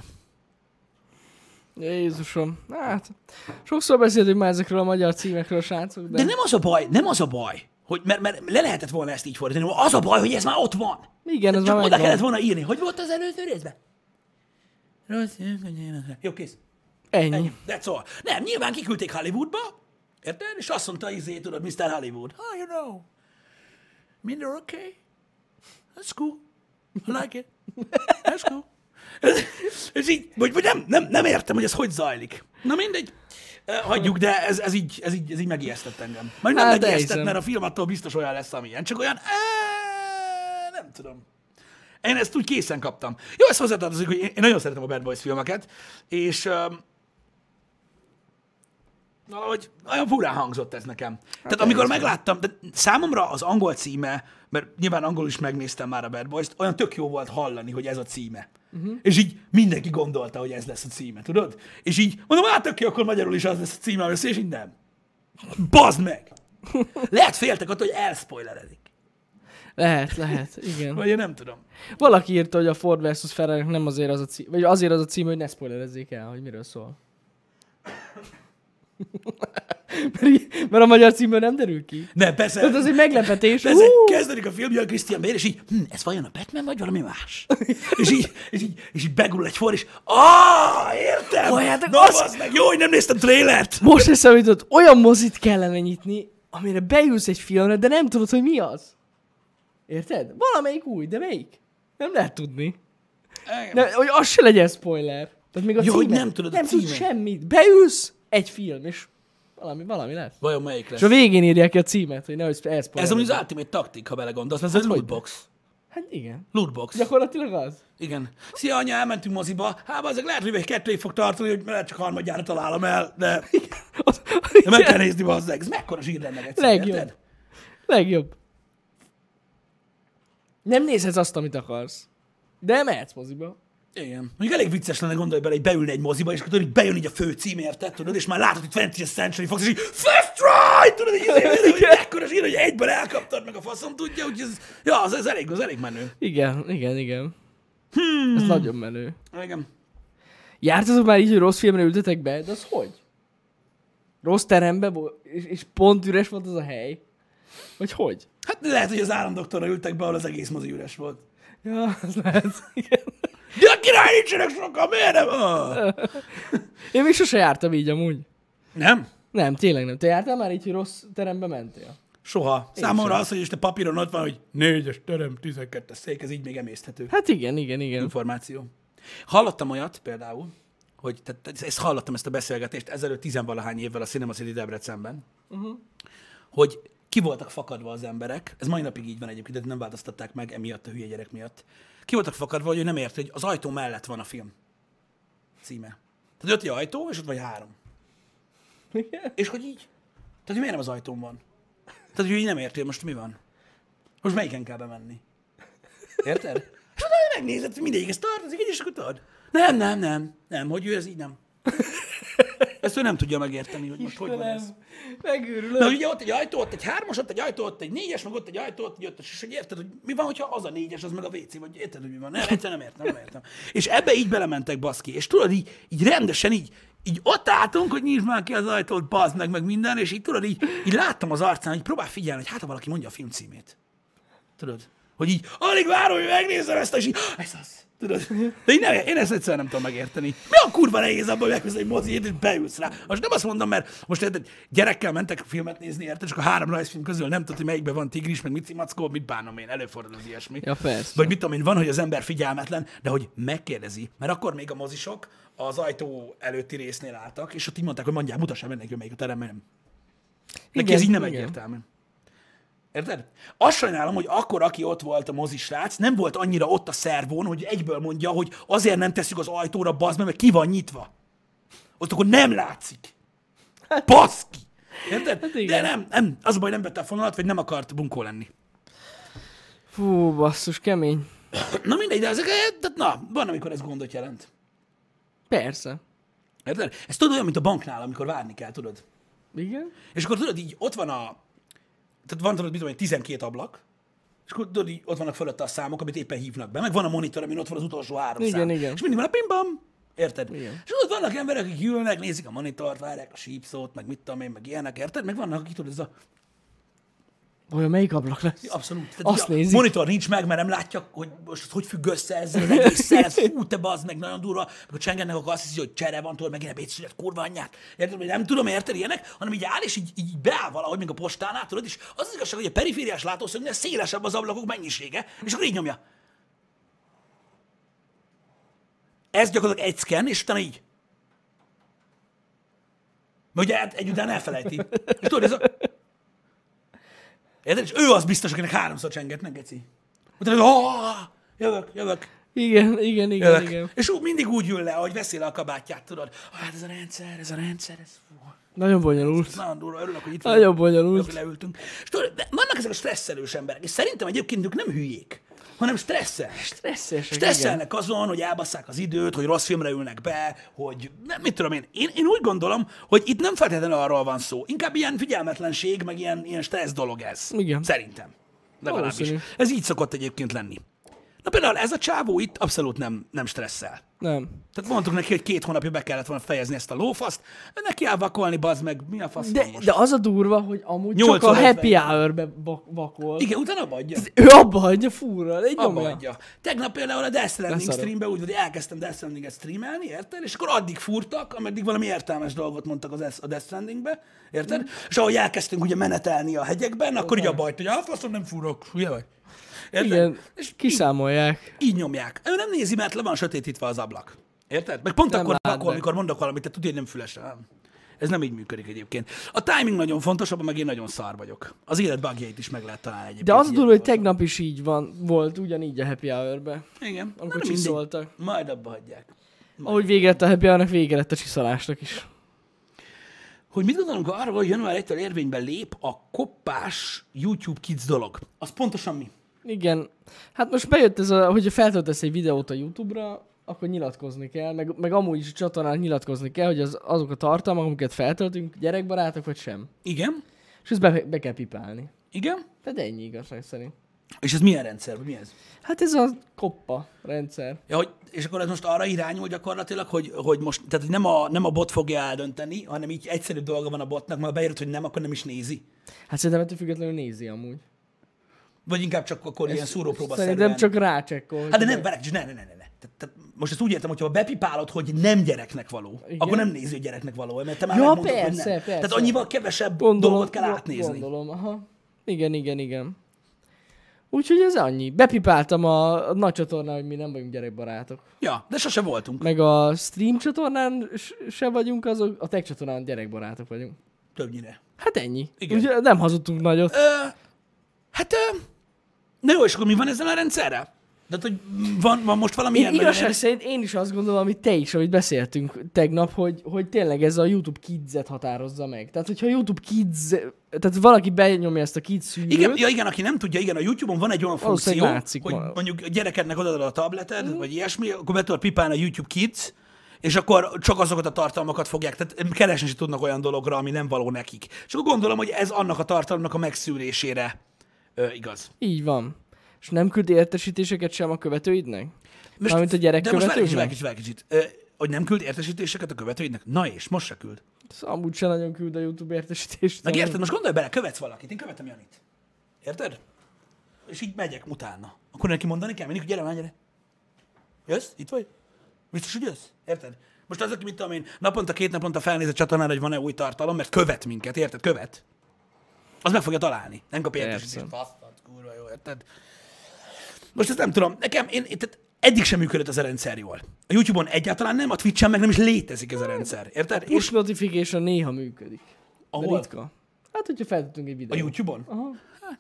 Jézusom. Hát, sokszor beszéltünk már ezekről a magyar címekről, srácok, de... De nem az a baj, nem az a baj, hogy, mert, mert le lehetett volna ezt így fordítani, az a baj, hogy ez már ott van. Igen, ez Csak már oda megvan. kellett volna írni, hogy volt az előző részben. Rossz, jó, kész. Ennyi. Ennyi. That's all. Nem, nyilván kiküldték Hollywoodba, érted? És azt mondta, izé, tudod, miszter Hollywood. Oh, you know, minden okay? That's cool. I like it. That's cool. És így, vagy, vagy nem, nem, nem értem, hogy ez hogy zajlik. Na mindegy. Uh, hagyjuk, de ez, ez, így, ez, így, ez így megijesztett engem. Majd nem Hát, megijesztett, mert a film attól biztos olyan lesz, amilyen. Csak olyan, eh, nem tudom. Én ezt úgy készen kaptam. Jó, ezt hozzátartozik, hogy én, én nagyon szeretem a Bad Boys filmeket, és um, valahogy olyan furán hangzott ez nekem. Hát Tehát amikor megláttam, de számomra az angol címe, mert nyilván angolul is megnéztem már a Bad Boys-t, olyan tök jó volt hallani, hogy ez a címe. Uh-huh. És így mindenki gondolta, hogy ez lesz a címe, tudod? És így mondom, hát tök jó, akkor magyarul is az lesz a címe, és így nem. Bazd meg! Lehet féltek attól, hogy elspoilerezik. Lehet, lehet, igen. Vagy én nem tudom. Valaki írta, hogy a Ford versus Ferrari nem azért az a cím, vagy azért az a cím, hogy ne spoilerezzék el, hogy miről szól. mert, í- mert a magyar címből nem derül ki. Ne, persze. Tehát az egy meglepetés. Persze, Uh! kezdődik a film, jön Christian Bale, és így, hm, ez vajon a Batman, vagy valami más? és, így, és, így, és így begurul egy for, és ah, értem! Várjátok, Na, az- az... meg, jó, hogy nem néztem trailert! Most eszembe jutott, olyan mozit kellene nyitni, amire beülsz egy filmre, de nem tudod, hogy mi az. Érted? Valamelyik új, de melyik? Nem lehet tudni. Nem. Ne, hogy az se legyen spoiler. Tehát még a Jó, címe, hogy nem tudod a nem tudsz címet. semmit. Beülsz, egy film, és valami, valami lesz. Vajon melyik lesz? És a végén írják ki a címet, hogy nehogy elszpoiler. Ez amúgy az ultimate taktik, ha belegondolsz, mert ez egy hogy lootbox. Hát igen. Lootbox. Gyakorlatilag az. Igen. Szia, anya, elmentünk moziba. Hát, azért lehet, hogy egy kettőig fog tartani, hogy lehet csak harmadjára találom el, de, Az, de meg kell nézni, bazzeg. Ez mekkora zsír lenne egyszer, Legjobb. érted? Legjobb. Nem nézhetsz azt, amit akarsz. De mehetsz moziba. Igen. Mondjuk elég vicces lenne, gondolj bele, hogy beülne egy moziba, és akkor tudod, hogy bejön így a fő cím, érted, tudod, és már látod, hogy twentieth Century Fox, és így First Try! Tudod, hogy, hogy, hogy mekkora zsír, hogy egyből elkaptad, meg a faszom tudja, hogy ez, ja, az, ez elég, az elég menő. Igen, igen, igen. Hmm. Ez nagyon menő. Igen. Jártatok már így, hogy rossz filmre ültetek be? De az hogy? Rossz terembe volt, és, és pont üres volt az a hely? Vagy hogy? Hát lehet, hogy az államdoktorra ültek be, ahol az egész mozi üres volt. Ja, az lehet. Igen. De a király nincsenek sokan, miért nem? Oh. Én még sose jártam így amúgy. Nem? Nem, tényleg nem. Te jártál már így, hogy rossz terembe mentél? Soha. Számomra sem. az, hogy este papíron ott van, hogy négyes terem, tizenkettes szék, ez így még emészthető Hát igen, igen, igen. információ. Hallottam olyat például, hogy tehát ezt hallottam ezt a beszélgetést ezelőtt tizenvalahány évvel a Cinema City Debrecenben, uh-huh. hogy ki voltak fakadva az emberek, ez mai napig így van egyébként, de nem változtatták meg emiatt a hülye gyerek miatt. Ki voltak fakadva, hogy ő nem ért, hogy az ajtó mellett van a film címe. Tehát ott egy ajtó, és ott vagy három. Igen. És hogy így? Tehát, hogy miért nem az ajtón van? Tehát, hogy így nem értél, most mi van? Most melyiken kell bemenni? Érted? És utána megnézed, hogy mindegyik ezt tartozik, így is akkor tudod. Nem, nem, nem, nem, hogy ő ez így nem. Ezt ő nem tudja megérteni, hogy most hogy van ez. Megőrülök. Na, ugye ott egy ajtó, ott egy hármas, ott egy ajtó, ott egy négyes, meg ott egy ajtó, ott egy ötös, és hogy érted, hogy mi van, hogyha az a négyes, az meg a vé cé, vagy érted, hogy mi van? Nem, egyszerűen nem értem, nem értem. És ebbe így belementek, baszki, és tudod, így, így rendesen így, így ott álltunk, hogy nyisd már ki az ajtót, bazd meg, meg minden, és így tudod, így, így láttam az arcán, hogy próbál figyelni, hogy hát ha valaki mondja a film címét. Tudod? Hogy így, alig várom, hogy megnézem ezt, és így, ez az. Tudod? De így nem, én ezt egyszerűen nem tudom megérteni. Mi a kurva nehéz abban, hogy megnézed egy moziét, és beülsz rá. Most nem azt mondom, mert most érted, gyerekkel mentek a filmet nézni, érted, csak a három rajzfilm közül nem tudod, hogy melyikben van tigris, meg mit cimackó, mit bánom én, előfordul az ilyesmi. Ja, persze. Vagy mit tudom én, van, hogy az ember figyelmetlen, de hogy megkérdezi, mert akkor még a mozisok az ajtó előtti résznél álltak, és ott így mondták, hogy mondják, mutassam ennek, hogy melyik a terem, nem. Neki Igen, ez így nem igen. egyértelmű. Érted? Azt sajnálom, hogy akkor, aki ott volt a mozisrác, nem volt annyira ott a szervón, hogy egyből mondja, hogy azért nem tesszük az ajtóra, bazd meg, mert ki van nyitva. Ott akkor nem látszik. Baszki! Érted? Hát De igen. nem, nem, az a baj, nem vette a fonalat, vagy nem akart bunkó lenni. Fú, basszus, kemény. Na mindegy, de ezek, de na, van, amikor ez gondot jelent. Persze. Érted? Ez tudod olyan, mint a banknál, amikor várni kell, tudod? Igen? És akkor tudod, így ott van a, tehát van, tudod, mit tudom, én, tizenkét ablak, és akkor tudod, így ott vannak fölötte a számok, amit éppen hívnak be, meg van a monitor, amin ott van az utolsó három Igen, szám. igen. És mindig van a pimbam, érted? Igen. És ott vannak emberek, akik ülnek, nézik a monitort, várják a sípszót, meg mit tudom én, meg ilyenek, érted? Meg vannak, akik tudod, ez a Olyan melyik ablak lesz? Abszolút. Tehát Azt a nézik. monitor nincs meg, mert nem látja, hogy most hogy függ össze ezzel az egésszel. Fú, te bazd meg, nagyon durva. Amikor csengennek, akkor azt hiszi, hogy csere van, tudod, megint ebédszünet, kurva anyját. Érted, hogy nem tudom érteni ilyenek, hanem így áll, és így, így beáll valahogy, még a postánál, tudod, és az az igazság, hogy a perifériás látószögnél szélesebb az ablakok mennyisége, és akkor így nyomja. Ez gyakorlatilag egy szken, és utána így. Mert ugye egy után elfelejti. És tudod, ez a... Érted? És ő az biztos, akinek háromszor csengetnek, geci. Utána, oh, jövök, jövök, Igen, igen, igen, jövök. igen. És úgy mindig úgy ül le, ahogy veszi le a kabátját, tudod. Ah, hát ez a rendszer, ez a rendszer, ez... Fú, Nagyon bonyolult. ez nagyon durva, örülök, hogy itt Nagyon vagyunk, bonyolult. hogy leültünk. És tudod, de vannak ezek a stresszelős emberek, és szerintem egyébként ők nem hülyék, hanem stresszelnek. Stresszesek, Stresszelnek azon, hogy elbasszák az időt, hogy rossz filmre ülnek be, hogy nem, mit tudom én. én. Én úgy gondolom, hogy itt nem feltétlenül arról van szó. Inkább ilyen figyelmetlenség, meg ilyen, ilyen stressz dolog ez. Igen. Szerintem. Legalábbis. Valószínű. Ez így szokott egyébként lenni. Na például ez a csávó itt abszolút nem, nem stresszel. Nem. Tehát mondtuk neki, hogy két hónapja be kellett volna fejezni ezt a lófaszt, neki áll vakolni, bazd meg, mi a fasz De, van most? de az a durva, hogy amúgy Nyolc csak a óra happy ötven. hour-be bak- vakol. Igen, utána abba adja. Ő abba hagyja fúrra, egy Abba nyomja. adja. Tegnap például a Death Stranding Leszarom. streambe úgy, hogy elkezdtem Death Stranding-et streamelni, érted? És akkor addig fúrtak, ameddig valami értelmes dolgot mondtak az a Death Strandingbe, érted? Mm. És ahogy elkezdtünk ugye menetelni a hegyekben, akkor így abba hagyta, hogy ah, faszom, nem fúrok, hülye vagy. Érted? Igen, És így, kiszámolják. így nyomják. Ő nem nézi, mert le van sötétítve az ablak. Érted? Meg pont Nem akkor lát vakol, be. amikor mondok valamit, te tudja, hogy nem füles. Nem. Ez nem így működik egyébként. A timing nagyon fontos, abban meg én nagyon szar vagyok. Az élet bugjait is meg lehet találni egyébként. De az a ilyen durva, hogy dolgokon. tegnap is így van, volt ugyanígy a happy hour-be. Igen. Amikor Na, nem mindig. csiszoltak. Majd abba hagyják. Ahogy vége lett a happy hour-nak, vége lett a csiszolásnak is. Hogy mit gondolunk arról, hogy január elsejétől érvénybe lép a koppás YouTube Kids dolog? Az pontosan mi? Igen. Hát most bejött ez a, hogyha feltöltesz egy videót a YouTube-ra, akkor nyilatkozni kell, meg, meg amúgy is a csatornán nyilatkozni kell, hogy az, azok a tartalmak, amiket feltöltünk, gyerekbarátok vagy sem. Igen. És ezt be, be kell pipálni. Igen. Tehát ennyi igazság szerint. És ez milyen rendszer? Vagy mi ez? Hát ez a koppa rendszer. Ja, hogy, és akkor ez most arra irányul gyakorlatilag, hogy, hogy most, tehát hogy nem a, nem a bot fogja eldönteni, hanem így egyszerű dolga van a botnak, majd beírod, hogy nem, akkor nem is nézi. Hát szerintem ettől függetlenül nézi amúgy. Vagy inkább csak akkor ilyen szúrópróba Szerintem csak rácsekkol. Hát de nem, várj, ne, ne, ne, ne. ne. Tehát, tehát most ezt úgy értem, hogy ha bepipálod, hogy nem gyereknek való, Igen. akkor nem nézi, hogy gyereknek való, mert te már Ja, megmondod, hogy persze, nem. persze. Tehát annyival kevesebb Gondolom, dolgot kell go- átnézni. Gondolom, aha. Igen, igen, igen. Úgyhogy ez annyi. Bepipáltam a, a nagy csatornán, hogy mi nem vagyunk gyerekbarátok. Ja, de sose voltunk. Meg a stream csatornán s- se vagyunk azok, a tech csatornán gyerekbarátok vagyunk. Többnyire. Hát ennyi. Igen. Ugye nem hazudtunk nagyot. Ö, hát, ö, na jó, és akkor mi van ezzel a rendszerrel? Tehát, hogy van, van most valami Én ilyen igazság nagyon- szerint én is azt gondolom, amit te is, amit beszéltünk tegnap, hogy, hogy tényleg ez a YouTube Kids-et határozza meg. Tehát, hogyha YouTube Kids, tehát valaki benyomja ezt a Kids szűrőt, Igen, ja, igen, aki nem tudja, igen, a YouTube-on van egy olyan funkció, Valószínűleg látszik hogy ma. mondjuk a gyerekednek odaadod a tableted, mm. vagy ilyesmi, akkor be tudod pipálni a YouTube Kids, és akkor csak azokat a tartalmakat fogják, tehát keresni is tudnak olyan dologra, ami nem való nekik. És akkor gondolom, hogy ez annak a tartalomnak a megszűrésére ö, igaz. így van. És nem küld értesítéseket sem a követőidnek? Most, Mármint a gyerek de most várj egy kicsit, várj követőknek? egy kicsit, várj egy kicsit. Ö, hogy nem küld értesítéseket a követőidnek? Na és, most se küld. Ez amúgy sem nagyon küld a YouTube értesítést. Meg érted, most gondolj bele, követsz valakit, én követem Janit. Érted? És így megyek utána. Akkor neki mondani kell mindig, hogy gyere már, gyere. Jössz? Itt vagy? Biztos, hogy jössz? Érted? Most az, aki, mit tudom én, naponta, két naponta felnéz a csatornára, hogy van-e új tartalom, mert követ minket, érted? Követ. Az meg fogja találni. Nem kap értesítést. Fasztat, kurva jó, érted? Most ezt nem tudom. Nekem, én, én tehát eddig sem működött ez a rendszer jól. A YouTube-on egyáltalán nem, a Twitch-en meg nem is létezik ez a rendszer. Érted? Push notification néha működik. De Ahol? ritka. Hát, hogyha feltettünk egy A videót. YouTube-on? Aha.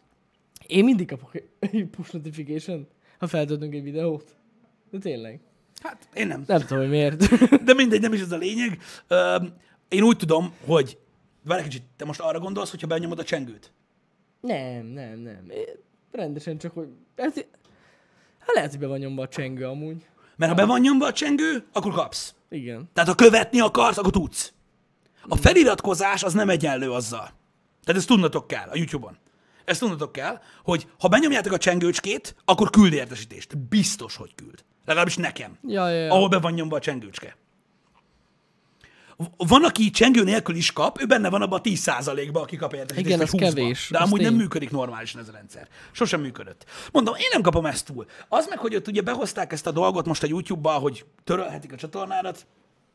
Én mindig kapok egy push notification, ha feltöltünk egy videót. De tényleg. Hát, én nem. Nem tudom, hogy miért. De mindegy, nem is ez a lényeg. Ö, én úgy tudom, hogy... Várj egy kicsit, te most arra gondolsz, hogyha benyomod a csengőt? nem, nem, nem. Én rendesen csak, hogy... Hát, hát lehet, hogy be van nyomva a csengő amúgy. Mert ha be van nyomva a csengő, akkor kapsz. Igen. Tehát ha követni akarsz, akkor tudsz. A feliratkozás az nem egyenlő azzal. Tehát ezt tudnatok kell a YouTube-on. Ezt tudnatok kell, hogy ha benyomjátok a csengőcskét, akkor küld értesítést. Biztos, hogy küld. Legalábbis nekem. Ja, ja, ja. Ahol be van nyomva a csengőcske. Van, aki csengő nélkül is kap, ő benne van abban a tíz százalékban, aki kap értesítést, Igen, vagy az húszba. kevés, De az amúgy nem tény. működik normálisan ez a rendszer. Sosem működött. Mondom, én nem kapom ezt túl. Az meg, hogy ott ugye behozták ezt a dolgot most a YouTube-ba, hogy törölhetik a csatornádat,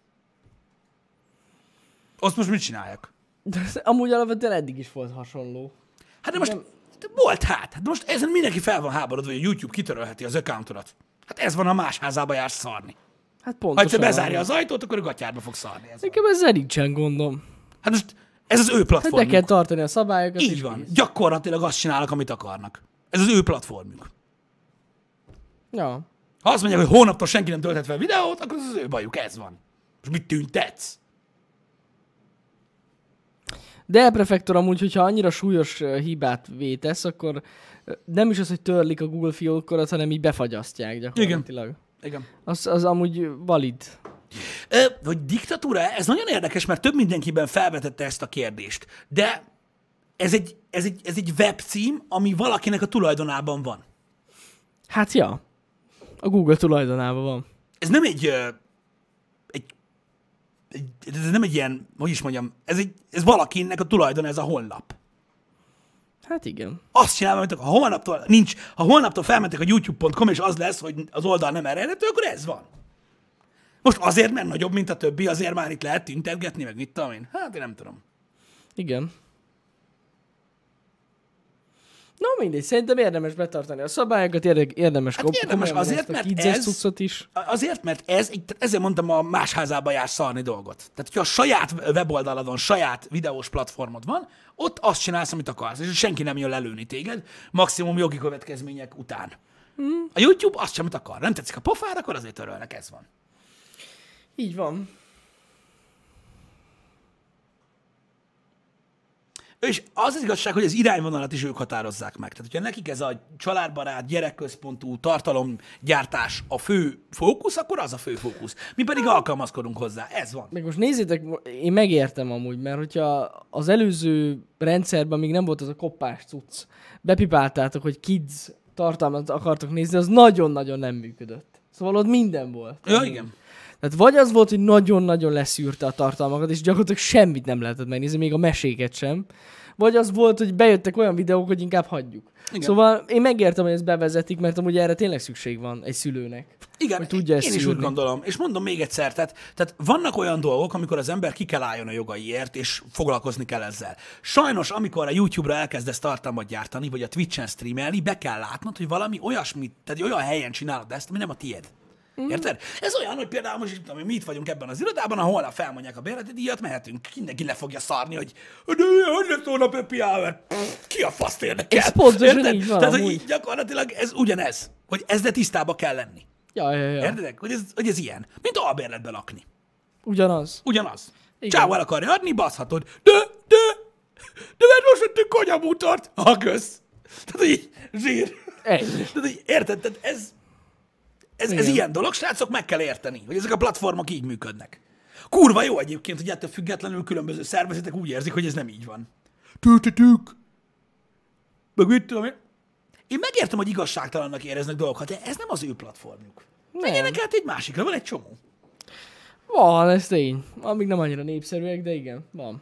azt most mit csinálják? De ez amúgy alapvetően eddig is volt hasonló. Hát de most Nem. de volt hát. Hát de most ezen mindenki fel van háborodva, hogy a YouTube kitörölheti az accountodat. Hát ez van, ha más házába jársz szarni. Hát Ha pontosan. egyszer bezárja az ajtót, akkor a gatyádba fog szarni. Ez van. Nekem ezzel nincsen gondom. Hát most ez az ő Hát be platformjuk. kell tartani a szabályokat. Így és van. kész. Gyakorlatilag azt csinálnak, amit akarnak. Ez az ő platformjuk. Ja. Ha azt mondják, hogy hónaptól senki nem tölthet fel videót, akkor ez az ő bajuk, ez van. Most mit tüntetsz? De elprefektor amúgy, hogyha annyira súlyos ö, hibát vétesz, akkor ö, nem is az, hogy törlik a Google fiókokat, hanem így befagyasztják gyakorlatilag. Igen. Az, az amúgy valid. Ö, hogy diktatúra, ez nagyon érdekes, mert több mindenkiben felvetette ezt a kérdést. De ez egy, ez egy, ez egy webcím, ami valakinek a tulajdonában van. Hát ja. A Google tulajdonában van. Ez nem egy, ö, egy, egy ez nem egy ilyen, hogy is mondjam, ez, egy, ez valakinek a tulajdon, ez a honlap. Hát igen. Azt csinálom, hogy ha holnaptól nincs, ha holnaptól felmentek a youtube pont com, és az lesz, hogy az oldal nem eredető, akkor ez van. Most azért, mert nagyobb, mint a többi, azért már itt lehet tüntetgetni, meg mit tudom én. Hát én nem tudom. Igen. No mindegy, szerintem érdemes betartani a szabályokat, érde- érdemes, Hát kom- érdemes komolyan venni azért, ezt a mert kidzes ez- cuccot is. Azért, mert ez, egy- ezért mondtam, a más házába jársz szarni dolgot. Tehát, hogyha a saját weboldaladon, saját videós platformod van, ott azt csinálsz, amit akarsz, és senki nem jön lelőni téged, maximum jogi következmények után. Hmm. A YouTube azt sem, amit akar. Nem tetszik a pofára, akkor azért törölnek, ez van. Így van. És az az igazság, hogy az irányvonalat is ők határozzák meg. Tehát, hogyha nekik ez a családbarát, gyerekközpontú tartalomgyártás a fő fókusz, akkor az a fő fókusz. Mi pedig alkalmazkodunk hozzá. Ez van. Meg most nézzétek, én megértem amúgy, mert hogyha az előző rendszerben még nem volt az a koppás cucc, bepipáltátok, hogy kids tartalmat akartok nézni, az nagyon-nagyon nem működött. Szóval ott minden volt. Ja, igen. Tehát vagy az volt, hogy nagyon-nagyon leszűrte a tartalmakat, és gyakorlatilag semmit nem lehetett megnézni, még a meséket sem. Vagy az volt, hogy bejöttek olyan videók, hogy inkább hagyjuk. Igen. Szóval én megértem, hogy ezt bevezetik, mert amúgy erre tényleg szükség van egy szülőnek. Igen, hogy tudja ezt én is szűrni. úgy gondolom. És mondom még egyszer, tehát, tehát vannak olyan dolgok, amikor az ember ki kell álljon a jogaiért, és foglalkozni kell ezzel. Sajnos, amikor a YouTube-ra elkezdesz tartalmat gyártani, vagy a Twitch-en streamelni, be kell látnod, hogy valami olyasmit, tehát olyan helyen csinálod ezt, ami nem a tiéd. Érted? Ez olyan, hogy például most tudom, mi itt vagyunk ebben az irodában, ahol holnap felmondják a bérleti díjat, mehetünk. Mindenki le fogja szarni, hogy de hogy lesz holnap happy hour? Ki a faszt érdekel? Ez pontosan Érted? így van, Tehát, hogy amúgy. így gyakorlatilag ez ugyanez, hogy ezzel tisztába kell lenni. Ja, ja, ja. Értedek? Hogy ez, hogy ez ilyen. Mint albérletbe lakni. Ugyanaz. Ugyanaz. Igen. Csáó el akarja adni, baszhatod. De, de, de mert most vettünk konyamútort. Ha, kösz. Tehát így, zsír. Ennyi. Tehát így, érted? Tehát ez, ez, ez Igen. ilyen dolog, srácok, meg kell érteni, hogy ezek a platformok így működnek. Kurva jó egyébként, hogy ettől függetlenül különböző szervezetek úgy érzik, hogy ez nem így van. Töltetük. Meg mit tudom én. Én megértem, hogy igazságtalannak éreznek dolgokat, de ez nem az ő platformjuk. Nem. Menjenek át egy másikra, van egy csomó. Van, ez tény. Amíg nem annyira népszerűek, de igen, van.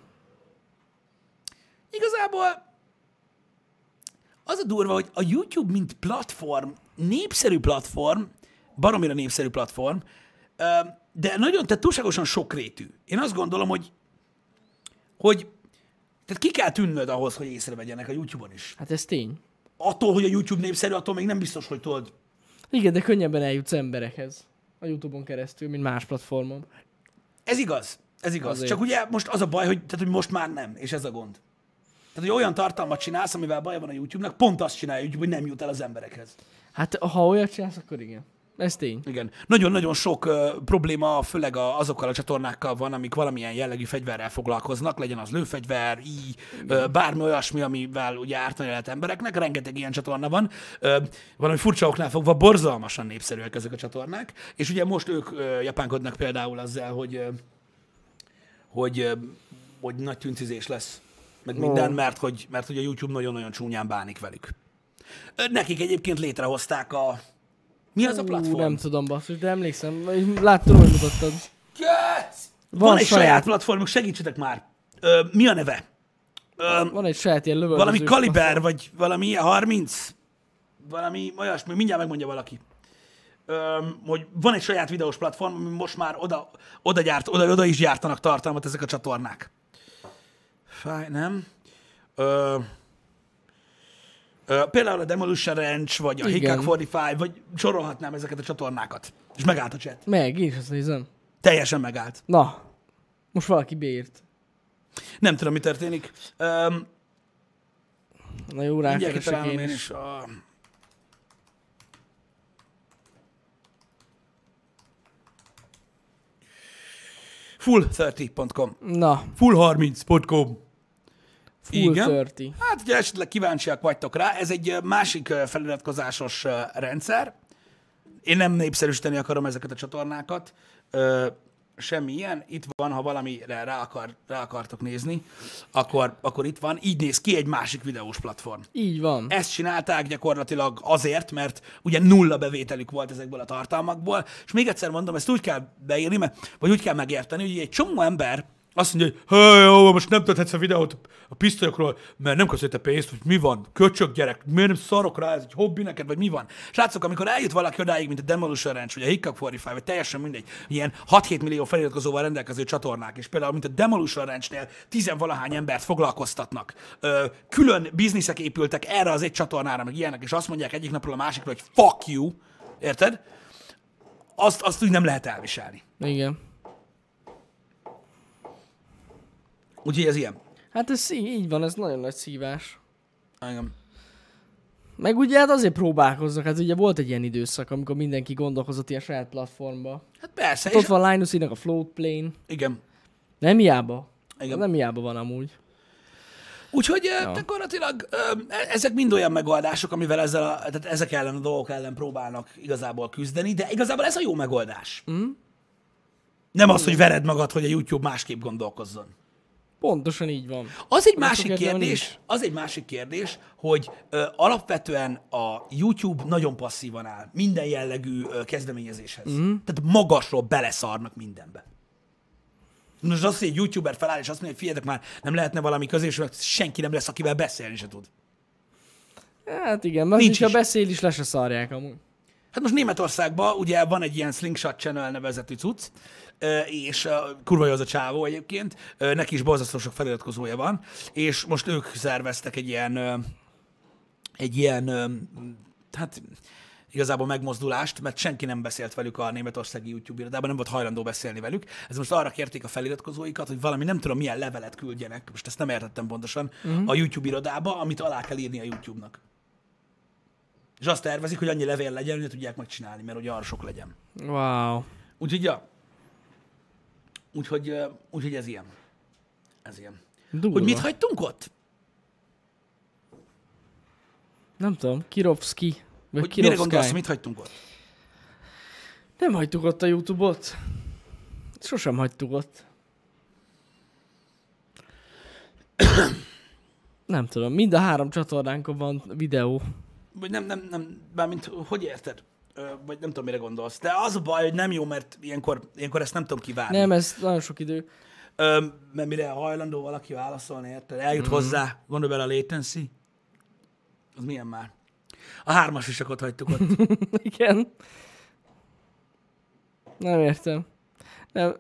Igazából az a durva, hogy a YouTube, mint platform, népszerű platform, baromira népszerű platform, ö, de nagyon, tehát túlságosan sokrétű. Én azt gondolom, hogy, hogy tehát ki kell tűnnöd ahhoz, hogy észrevegyenek a YouTube-on is. Hát ez tény. Attól, hogy a YouTube népszerű, attól még nem biztos, hogy tudod. Igen, de könnyebben eljutsz emberekhez. A YouTube-on keresztül, mint más platformon. Ez igaz, ez igaz. Azért. Csak ugye most az a baj, hogy, tehát, hogy most már nem, és ez a gond. Tehát, hogy olyan tartalmat csinálsz, amivel baj van a YouTube-nak, pont azt csinálja a YouTube, hogy nem jut el az emberekhez. Hát ha olyat csinálsz, akkor igen. Ez tény. Igen. Nagyon-nagyon sok uh, probléma, főleg a, azokkal a csatornákkal van, amik valamilyen jellegű fegyverrel foglalkoznak, legyen az lőfegyver, így, uh, bármi olyasmi, amivel ugye ártani lehet embereknek, rengeteg ilyen csatorna van. Uh, valami furcsa oknál fogva borzalmasan népszerűek ezek a csatornák, és ugye most ők uh, japánkodnak például azzal, hogy, uh, hogy, uh, hogy nagy tüntizés lesz, meg minden, Ó. mert hogy, mert hogy a YouTube nagyon-nagyon csúnyán bánik velük. Uh, nekik egyébként létrehozták a... Mi az a platform? Ú, nem tudom, basszus, de emlékszem. Láttam, hogy mutattad. Yes! van, van egy saját, saját platformunk, segítsetek már. Ö, mi a neve? Ö, van egy saját ilyen lövöldözős valami Kaliber, vagy valami ilyen harminc? Valami olyasmi, mindjárt megmondja valaki. Ö, hogy van egy saját videós platform, ami most már oda, oda, gyárt, oda, oda is gyártanak tartalmat ezek a csatornák. Fáj, nem? Ö, ö, például a Demolition Ranch, vagy a Hickok negyvenöt, vagy sorolhatnám ezeket a csatornákat. És megállt a chat. Meg, én is azt nézem. Teljesen megállt. Na, most valaki beírt. Nem tudom, mi történik. Um, Na jó, rákeresek én is. is a... full harminc pont com. Na. full harminc pont com. Full Igen. harminc. Hát, ugye esetleg kíváncsiak vagytok rá, ez egy másik feliratkozásos rendszer. Én nem népszerűsíteni akarom ezeket a csatornákat. Semmi ilyen. Itt van, ha valamire rá, akar, rá akartok nézni, akkor, akkor itt van. Így néz ki egy másik videós platform. Így van. Ezt csinálták gyakorlatilag azért, mert ugye nulla bevételük volt ezekből a tartalmakból, és még egyszer mondom, ezt úgy kell beírni, mert, vagy úgy kell megérteni, hogy egy csomó ember azt mondja, hogy hey, jó, most nem tölthetsz a videót a pisztolyokról, mert nem köszönte pénzt, hogy mi van, köcsög gyerek, miért nem szarok rá, ez egy hobbi neked, vagy mi van. Srácok, amikor eljut valaki odáig, mint a Demolition Ranch, vagy a Hickok negyvenöt, vagy teljesen mindegy, ilyen hat-hét millió feliratkozóval rendelkező csatornák, és például, mint a Demolition Ranchnél tizenvalahány embert foglalkoztatnak, ö, külön bizniszek épültek erre az egy csatornára, meg ilyenek, és azt mondják egyik napról a másikra, hogy fuck you, érted? Azt, azt úgy nem lehet elviselni. Igen. Úgyhogy ez ilyen. Hát ez így van, ez nagyon nagy szívás. Igen. Meg ugye hát azért próbálkoznak, hát ugye volt egy ilyen időszak, amikor mindenki gondolkozott ilyen saját platformba. Hát persze. Hát ott van Linus-nek a Float Plane. Igen. Nem hiába. Igen. Nem hiába van amúgy. Úgyhogy ja. gyakorlatilag ezek mind olyan megoldások, amivel ezzel a, tehát ezek ellen a dolgok ellen próbálnak igazából küzdeni, de igazából ez a jó megoldás. Mm. Nem az, hogy vered magad, hogy a YouTube másképp gondolkozzon. Pontosan így van. Az egy másik kérdés, az egy másik kérdés, hogy ö, alapvetően a YouTube nagyon passzívan áll minden jellegű ö, kezdeményezéshez. Mm. Tehát magasról beleszarnak mindenbe. Most az, hogy egy YouTuber feláll, és azt mondja, hogy figyeljetek már, nem lehetne valami közé, és senki nem lesz, akivel beszélni se tud. Hát igen, mert ha beszél is, le se szarják amúgy. Hát most Németországban ugye van egy ilyen Slingshot Channel nevezetű cucc, és kurva jó az a csávó egyébként, neki is borzasztó sok feliratkozója van, és most ők szerveztek egy ilyen, egy ilyen, hát igazából megmozdulást, mert senki nem beszélt velük a németországi YouTube irodában, nem volt hajlandó beszélni velük. Ez most arra kérték a feliratkozóikat, hogy valami nem tudom milyen levelet küldjenek, most ezt nem értettem pontosan, uh-huh. a YouTube irodába, amit alá kell írni a YouTube-nak. És azt tervezik, hogy annyi levél legyen, hogy ne tudják megcsinálni, mert hogy arra sok legyen. Wow. Úgyhogy, ja. Úgyhogy, uh, úgyhogy ez ilyen. Ez ilyen. Durva. Hogy mit hagytunk ott? Nem tudom, Kirovszki. Vagy hogy mire gondolsz, mit hagytunk ott? Nem hagytuk ott a YouTube-ot. Sosem hagytuk ott. Nem tudom, mind a három csatornánkon van videó. Vagy nem, nem, nem, bármint, hogy érted? Ö, vagy nem tudom, mire gondolsz. De az a baj, hogy nem jó, mert ilyenkor, ilyenkor ezt nem tudom kivárni. Nem, ez nagyon sok idő. Ö, mert mire hajlandó valaki válaszolni, érted? Eljut mm. hozzá, gondolj bele a latency. Az milyen már? A hármas is ott hagytuk ott. Igen. Nem értem. Nem.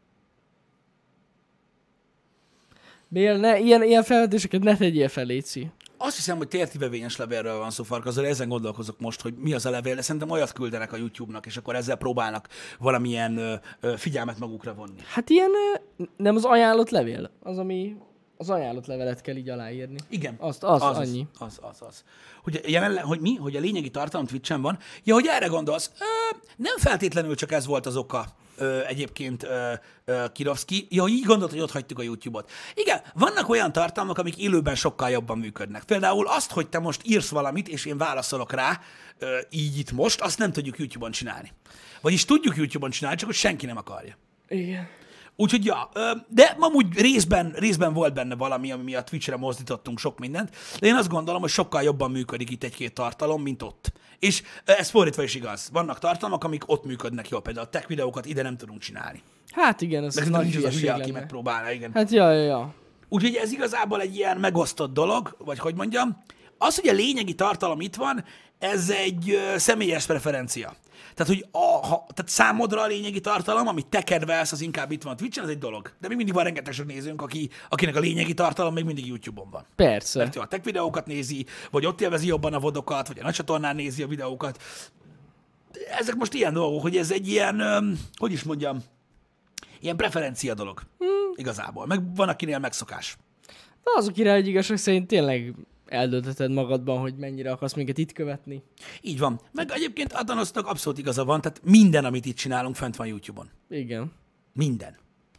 Bél, ne, ilyen, ilyen felvetéseket ne tegyél fel, Léci. Azt hiszem, hogy tértivevényes levélről van szó, Farkazol, ezen gondolkozok most, hogy mi az a levél, de szerintem olyat küldenek a YouTube-nak, és akkor ezzel próbálnak valamilyen ö, ö, figyelmet magukra vonni. Hát ilyen, nem az ajánlott levél, az, ami az ajánlott levelet kell így aláírni. Igen. Azt, az, az annyi. Az, az, az. az. Hogy, jelenleg, hogy mi? Hogy a lényegi tartalom Twitch-en van? Ja, hogy erre gondolsz? Ö, nem feltétlenül csak ez volt az oka ö, egyébként ö, ö, Kirovszki. Ja, így gondolt, hogy ott hagytuk a YouTube-ot. Igen, vannak olyan tartalmak, amik élőben sokkal jobban működnek. Például azt, hogy te most írsz valamit, és én válaszolok rá, ö, így itt most, azt nem tudjuk YouTube-on csinálni. Vagyis tudjuk YouTube-on csinálni, csak hogy senki nem akarja. Igen. Úgyhogy ja, ö, de amúgy részben, részben volt benne valami, ami miatt Twitchre mozdítottunk sok mindent, de én azt gondolom, hogy sokkal jobban működik itt egy-két tartalom, mint ott. És ö, ez fordítva is igaz. Vannak tartalmak, amik ott működnek jól, például a tech videókat ide nem tudunk csinálni. Hát igen, ez Meg nagy nincs az a hülyeség hülye, aki lenne. megpróbálna, igen. Hát ja, ja, ja. Úgyhogy ez igazából egy ilyen megosztott dolog, vagy hogy mondjam. Az, hogy a lényegi tartalom itt van, ez egy ö, személyes preferencia. Tehát, hogy a, ha, tehát számodra a lényegi tartalom, amit te kedvelsz, az inkább itt van a Twitchen, az egy dolog. De még mindig van rengeteg sok nézőnk, aki, akinek a lényegi tartalom még mindig YouTube-on van. Persze. Mert ő a tech videókat nézi, vagy ott élvezi jobban a vodokat, vagy a nagy csatornán nézi a videókat. Ezek most ilyen dolgok, hogy ez egy ilyen, öm, hogy is mondjam, ilyen preferencia dolog. Hmm. Igazából. Meg van, akinél megszokás. De az a király, hogy igazság szerint tényleg eldöntheted magadban, hogy mennyire akarsz minket itt követni. Így van. Meg egyébként Adanosnak abszolút igaza van, tehát minden, amit itt csinálunk, fent van YouTube-on. Igen. Minden.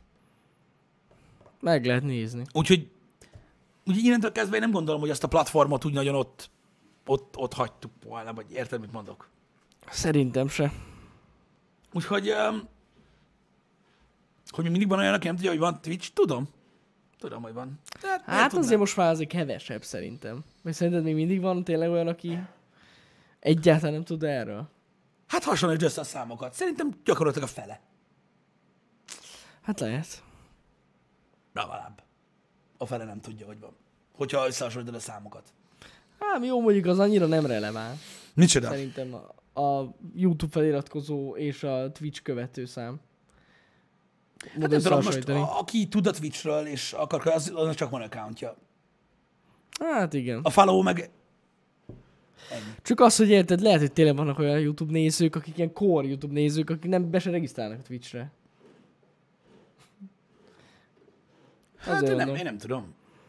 Meg lehet nézni. Úgyhogy, úgyhogy innentől kezdve én nem gondolom, hogy azt a platformot úgy nagyon ott, ott, ott hagytuk volna, vagy érted, mit mondok. Szerintem se. Úgyhogy, um, hogy még mindig van olyan, aki nem tudja, hogy van Twitch, tudom. Tudom, hogy van. Tehát, Hát azért most már azért kevesebb szerintem. Vagy szerinted még mindig van tényleg olyan, aki egyáltalán nem tud erről? Hát hasonlítsd össze a számokat. Szerintem gyakorlatilag a fele. Hát lehet. Legalább. A fele nem tudja, hogy van. Hogyha összehasonlítod a számokat. Hát jó, mondjuk az annyira nem releváns. Micsoda? Szerintem a, a YouTube feliratkozó és a Twitch követő szám. Hát nem tudom, most a, aki tud a Twitchről, és akar, az, az csak van accountja. Hát igen. A follow meg... Ennyi. Csak az, hogy érted, lehet, hogy tényleg vannak olyan YouTube nézők, akik ilyen core YouTube nézők, akik nem be se regisztrálnak a Twitchre. Hát én nem, én nem tudom.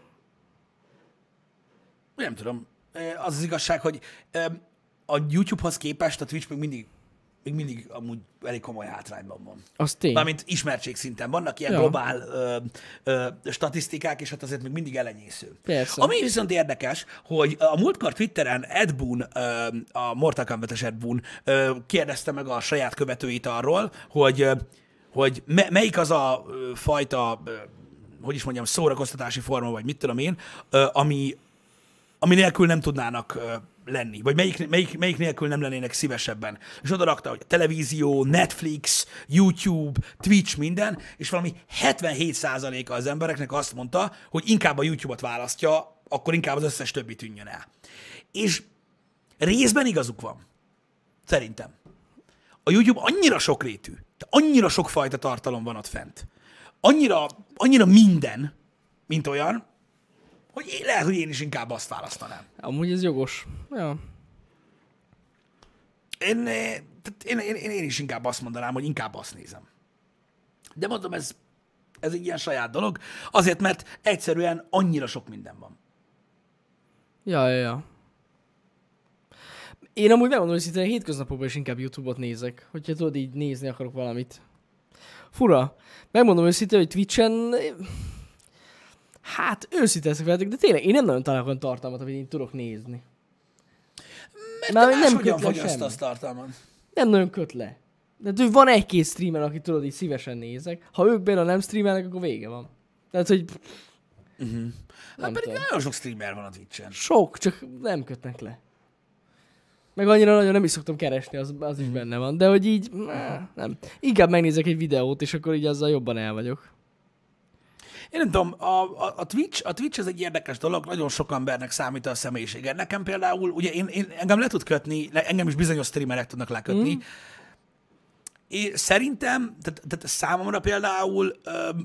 Én nem tudom. Az az igazság, hogy a YouTube-hoz képest a Twitch még mindig, még mindig amúgy elég komoly hátrányban van. Az tény. Mármint ismertség szinten. Vannak ilyen ja. globál ö, ö, statisztikák, és hát azért még mindig elenyésző. Persze. Ami viszont érdekes, hogy a múltkor Twitteren Ed Boon, ö, a Mortal Kombat-es Ed Boon ö, kérdezte meg a saját követőit arról, hogy, ö, hogy me- melyik az a ö, fajta, ö, hogy is mondjam, szórakoztatási forma, vagy mit tudom én, ö, ami, ami nélkül nem tudnának ö, lenni, vagy melyik, melyik, melyik nélkül nem lennének szívesebben. És oda rakta, hogy a televízió, Netflix, YouTube, Twitch, minden, és valami hetvenhét százaléka az embereknek azt mondta, hogy inkább a YouTube-ot választja, akkor inkább az összes többi tűnjön el. És részben igazuk van. Szerintem. A YouTube annyira sokrétű, annyira sokfajta tartalom van ott fent. Annyira, annyira minden, mint olyan, hogy én, lehet, hogy én is inkább azt választanám. Amúgy ez jogos. Ja. Én, tehát én, én, én, én is inkább azt mondanám, hogy inkább azt nézem. De mondom, ez, ez egy ilyen saját dolog, azért, mert egyszerűen annyira sok minden van. Ja, ja, ja. Én amúgy megmondom, hogy szinte hétköznapokban is inkább YouTube-ot nézek, hogyha tudod, így nézni akarok valamit. Fura. Megmondom őszintén, hogy Twitchen... Hát, őszinte leszek veletek, de tényleg én nem nagyon találok olyan tartalmat, amit én tudok nézni. Mert Már te nem hogyan köt le fogyasztasz semmi. tartalmat? Nem nagyon köt le. De hogy van egy-két streamer, akit tudod, így szívesen nézek. Ha ők például nem streamelnek, akkor vége van. Tehát, hogy... Uh-huh. Nem Hát pedig tudom. nagyon sok streamer van a Twitchen. Sok, csak nem kötnek le. Meg annyira nagyon nem is szoktam keresni, az, az is benne van. De hogy így, nah, nem. Inkább megnézek egy videót, és akkor így azzal jobban el vagyok. Én nem tudom, a, a, a, Twitch, a Twitch ez egy érdekes dolog, nagyon sok embernek számít a személyisége. Nekem például, ugye én, én engem le tud kötni, engem is bizonyos streamerek tudnak lekötni. Mm. Én szerintem, tehát, tehát számomra például öm,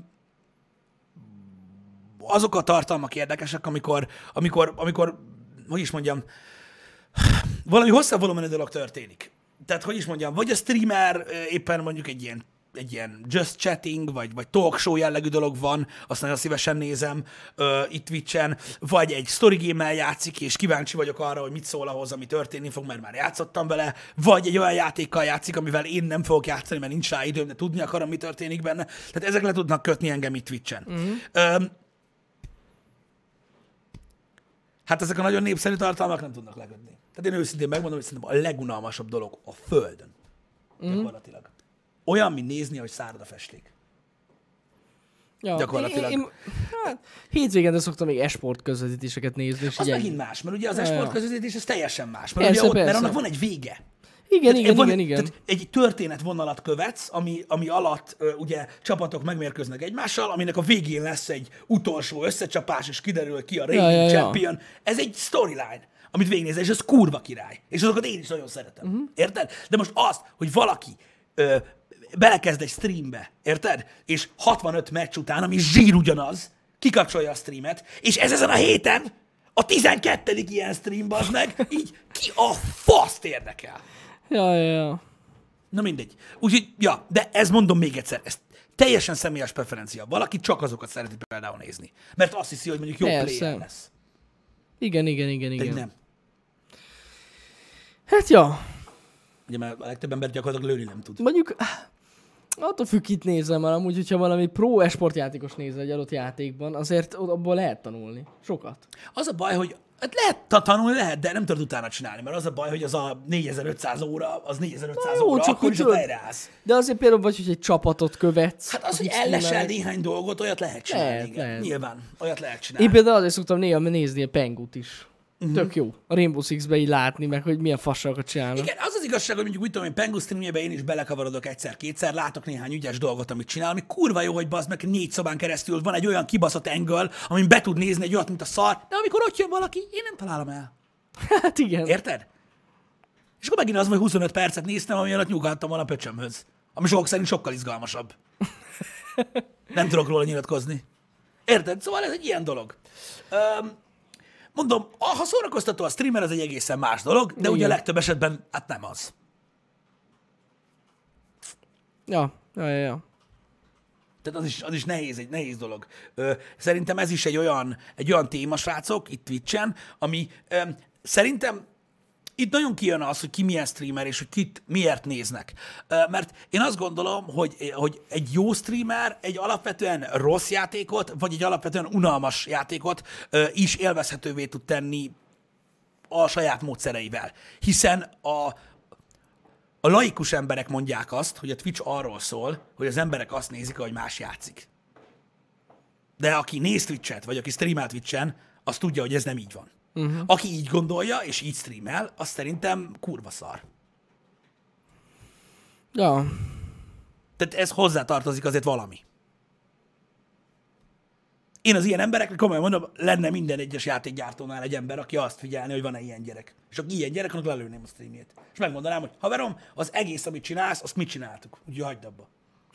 azok a tartalmak érdekesek, amikor, amikor, amikor, hogy is mondjam, valami hosszabb volumenű dolog történik. Tehát, hogy is mondjam, vagy a streamer éppen mondjuk egy ilyen egy ilyen just chatting, vagy, vagy talk show jellegű dolog van, azt nagyon szívesen nézem uh, itt Twitchen, vagy egy story game-mel játszik, és kíváncsi vagyok arra, hogy mit szól ahhoz, ami történni fog, mert már játszottam vele, vagy egy olyan játékkal játszik, amivel én nem fogok játszani, mert nincs rá időm, de tudni akarom, mi történik benne. Tehát ezek le tudnak kötni engem itt Twitchen. Mm-hmm. Um, hát ezek a nagyon népszerű tartalmak nem tudnak lekötni. Tehát én őszintén megmondom, hogy szerintem a legunalmasabb dolog a Földön. Mm-hmm. Gyakorlatilag. Olyan, mint nézni, hogy szárad a festék. Ja, gyakorlatilag. Én, én, hát, hétvégén szoktam még esport közvetítéseket nézni. És az így megint más, mert ugye az Ja, esport ja. közvetítés ez teljesen más. Mert, Persze, ugye ott, mert persze. annak van egy vége. Igen, Tehát igen, van, igen, igen. Tehát egy történetvonalat követsz, ami, ami alatt ö, ugye csapatok megmérkőznek egymással, aminek a végén lesz egy utolsó összecsapás, és kiderül ki a reigning Ja, ja, ja. champion. Ez egy storyline, amit végignézel, és ez kurva király. És azokat én is nagyon szeretem. Uh-huh. Érted? De most azt, hogy valaki ö, belekezd egy streambe, érted? És hatvanöt meccs után, ami zsír ugyanaz, kikapcsolja a streamet, és ez ezen a héten a tizenkettedik ilyen stream, bazd meg, így ki a faszt érdekel? Ja, ja, ja. Na mindegy. Úgyhogy, ja, de ez mondom még egyszer, ez teljesen személyes preferencia. Valaki csak azokat szereti például nézni. Mert azt hiszi, hogy mondjuk jó Persze. player lesz. Igen, igen, igen, De igen. nem. Hát ja, Ugye mert a legtöbb ember gyakorlatilag lőni nem tud. mondjuk attól függ, kit nézem, mert amúgy, hogyha valami pro esportjátékos nézel egy adott játékban, azért abból lehet tanulni. Sokat. Az a baj, hogy hát lehet ta- tanulni, lehet, de nem tudod utána csinálni, mert az a baj, hogy az a négyezer-ötszáz óra, az négyezer-ötszáz jó, óra, csak akkor úgy is a tudod- helyreállsz. De azért például vagy, hogy egy csapatot követsz. Hát az, hogy akik ellesel streamelnek. néhány dolgot, olyat lehet csinálni. Lehet, igen. lehet. Nyilván, olyat lehet csinálni. Én például azért szoktam néha nézni a Pengut is. Uh-huh. Tök jó. A Rainbow Six-be így látni, meg hogy milyen fasságokat csinálnak. Igen, az az igazság, hogy mondjuk úgy tudom, hogy Pengu streamjében én is belekavarodok egyszer-kétszer, látok néhány ügyes dolgot, amit csinál, ami kurva jó, hogy bazd meg négy szobán keresztül van egy olyan kibaszott angle, amin be tud nézni egy olyat, mint a szar, de amikor ott jön valaki, én nem találom el. Hát igen. Érted? És akkor megint az, hogy huszonöt percet néztem, ami alatt nyugodtam volna a pöcsömhöz. Ami sokak szerint sokkal izgalmasabb. Nem tudok róla nyilatkozni. Érted? Szóval ez egy ilyen dolog. Öm, mondom, ha szórakoztató a streamer, az egy egészen más dolog, de Igen. ugye a legtöbb esetben hát nem az. Ja, ja, ja, ja. Tehát az is, az is nehéz, egy nehéz dolog. Ö, szerintem ez is egy olyan, egy olyan téma, srácok, itt Twitch-en, ami ö, szerintem itt nagyon kijön az, hogy ki milyen streamer, és hogy kit miért néznek. Ö, mert én azt gondolom, hogy, hogy egy jó streamer egy alapvetően rossz játékot, vagy egy alapvetően unalmas játékot ö, is élvezhetővé tud tenni a saját módszereivel. Hiszen a, a laikus emberek mondják azt, hogy a Twitch arról szól, hogy az emberek azt nézik, ahogy más játszik. De aki néz Twitch-et, vagy aki streamel Twitch-en, az tudja, hogy ez nem így van. Uh-huh. Aki így gondolja, és így streamel, az szerintem kurva szar. Ja. Tehát ez hozzátartozik azért valami. Én az ilyen embereknek komolyan mondom, lenne minden egyes játékgyártónál egy ember, aki azt figyelni, hogy van-e ilyen gyerek. És aki ilyen gyerek, annak lelőném a streamjét. És megmondanám, hogy haverom, az egész, amit csinálsz, azt mit csináltuk. Úgyhogy hagyd abba.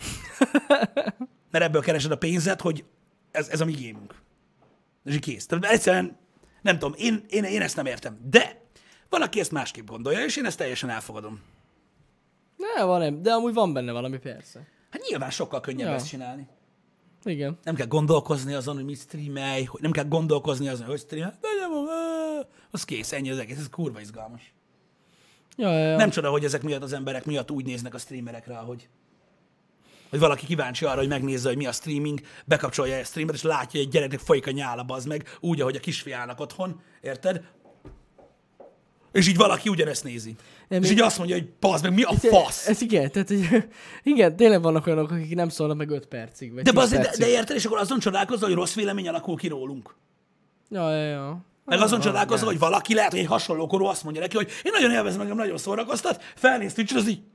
Mert ebből keresed a pénzet, hogy ez, ez a mi gémünk. És így kész. Tehát egyszerűen, nem tudom, én, én, én ezt nem értem. De valaki ezt másképp gondolja, és én ezt teljesen elfogadom. Ne, van nem, de amúgy van benne valami, persze. Hát nyilván sokkal könnyebb Ja. ezt csinálni. Igen. Nem kell gondolkozni azon, hogy mit streamelj, hogy nem kell gondolkozni azon, hogy streamelj. Az kész, ennyi az egész, ez kurva izgalmas. Ja, ja, ja. Nem csoda, hogy ezek miatt az emberek miatt úgy néznek a streamerekre, ahogy hogy valaki kíváncsi arra, hogy megnézze, hogy mi a streaming, bekapcsolja a streamet, és látja, hogy egy gyereknek folyik a nyála, bazd meg, úgy, ahogy a kisfiának otthon, érted? És így valaki ugyanezt nézi. Nem, és én- így azt mondja, hogy bazd meg, mi a Ez, fasz? ez igen, tehát hogy, igen, tényleg vannak olyanok, akik nem szólnak meg öt percig, vagy De, tíz bazd, de, percig. de érted, és akkor azon csodálkozol, hogy rossz vélemény alakul ki rólunk. Ja, ja, ja. Meg azon Ah, csodálkozol, ja. hogy valaki lehet, hogy egy hasonló korú azt mondja neki, hogy én nagyon élvezem, engem nagyon szórakoztat, felnéz Twitch-re, az így.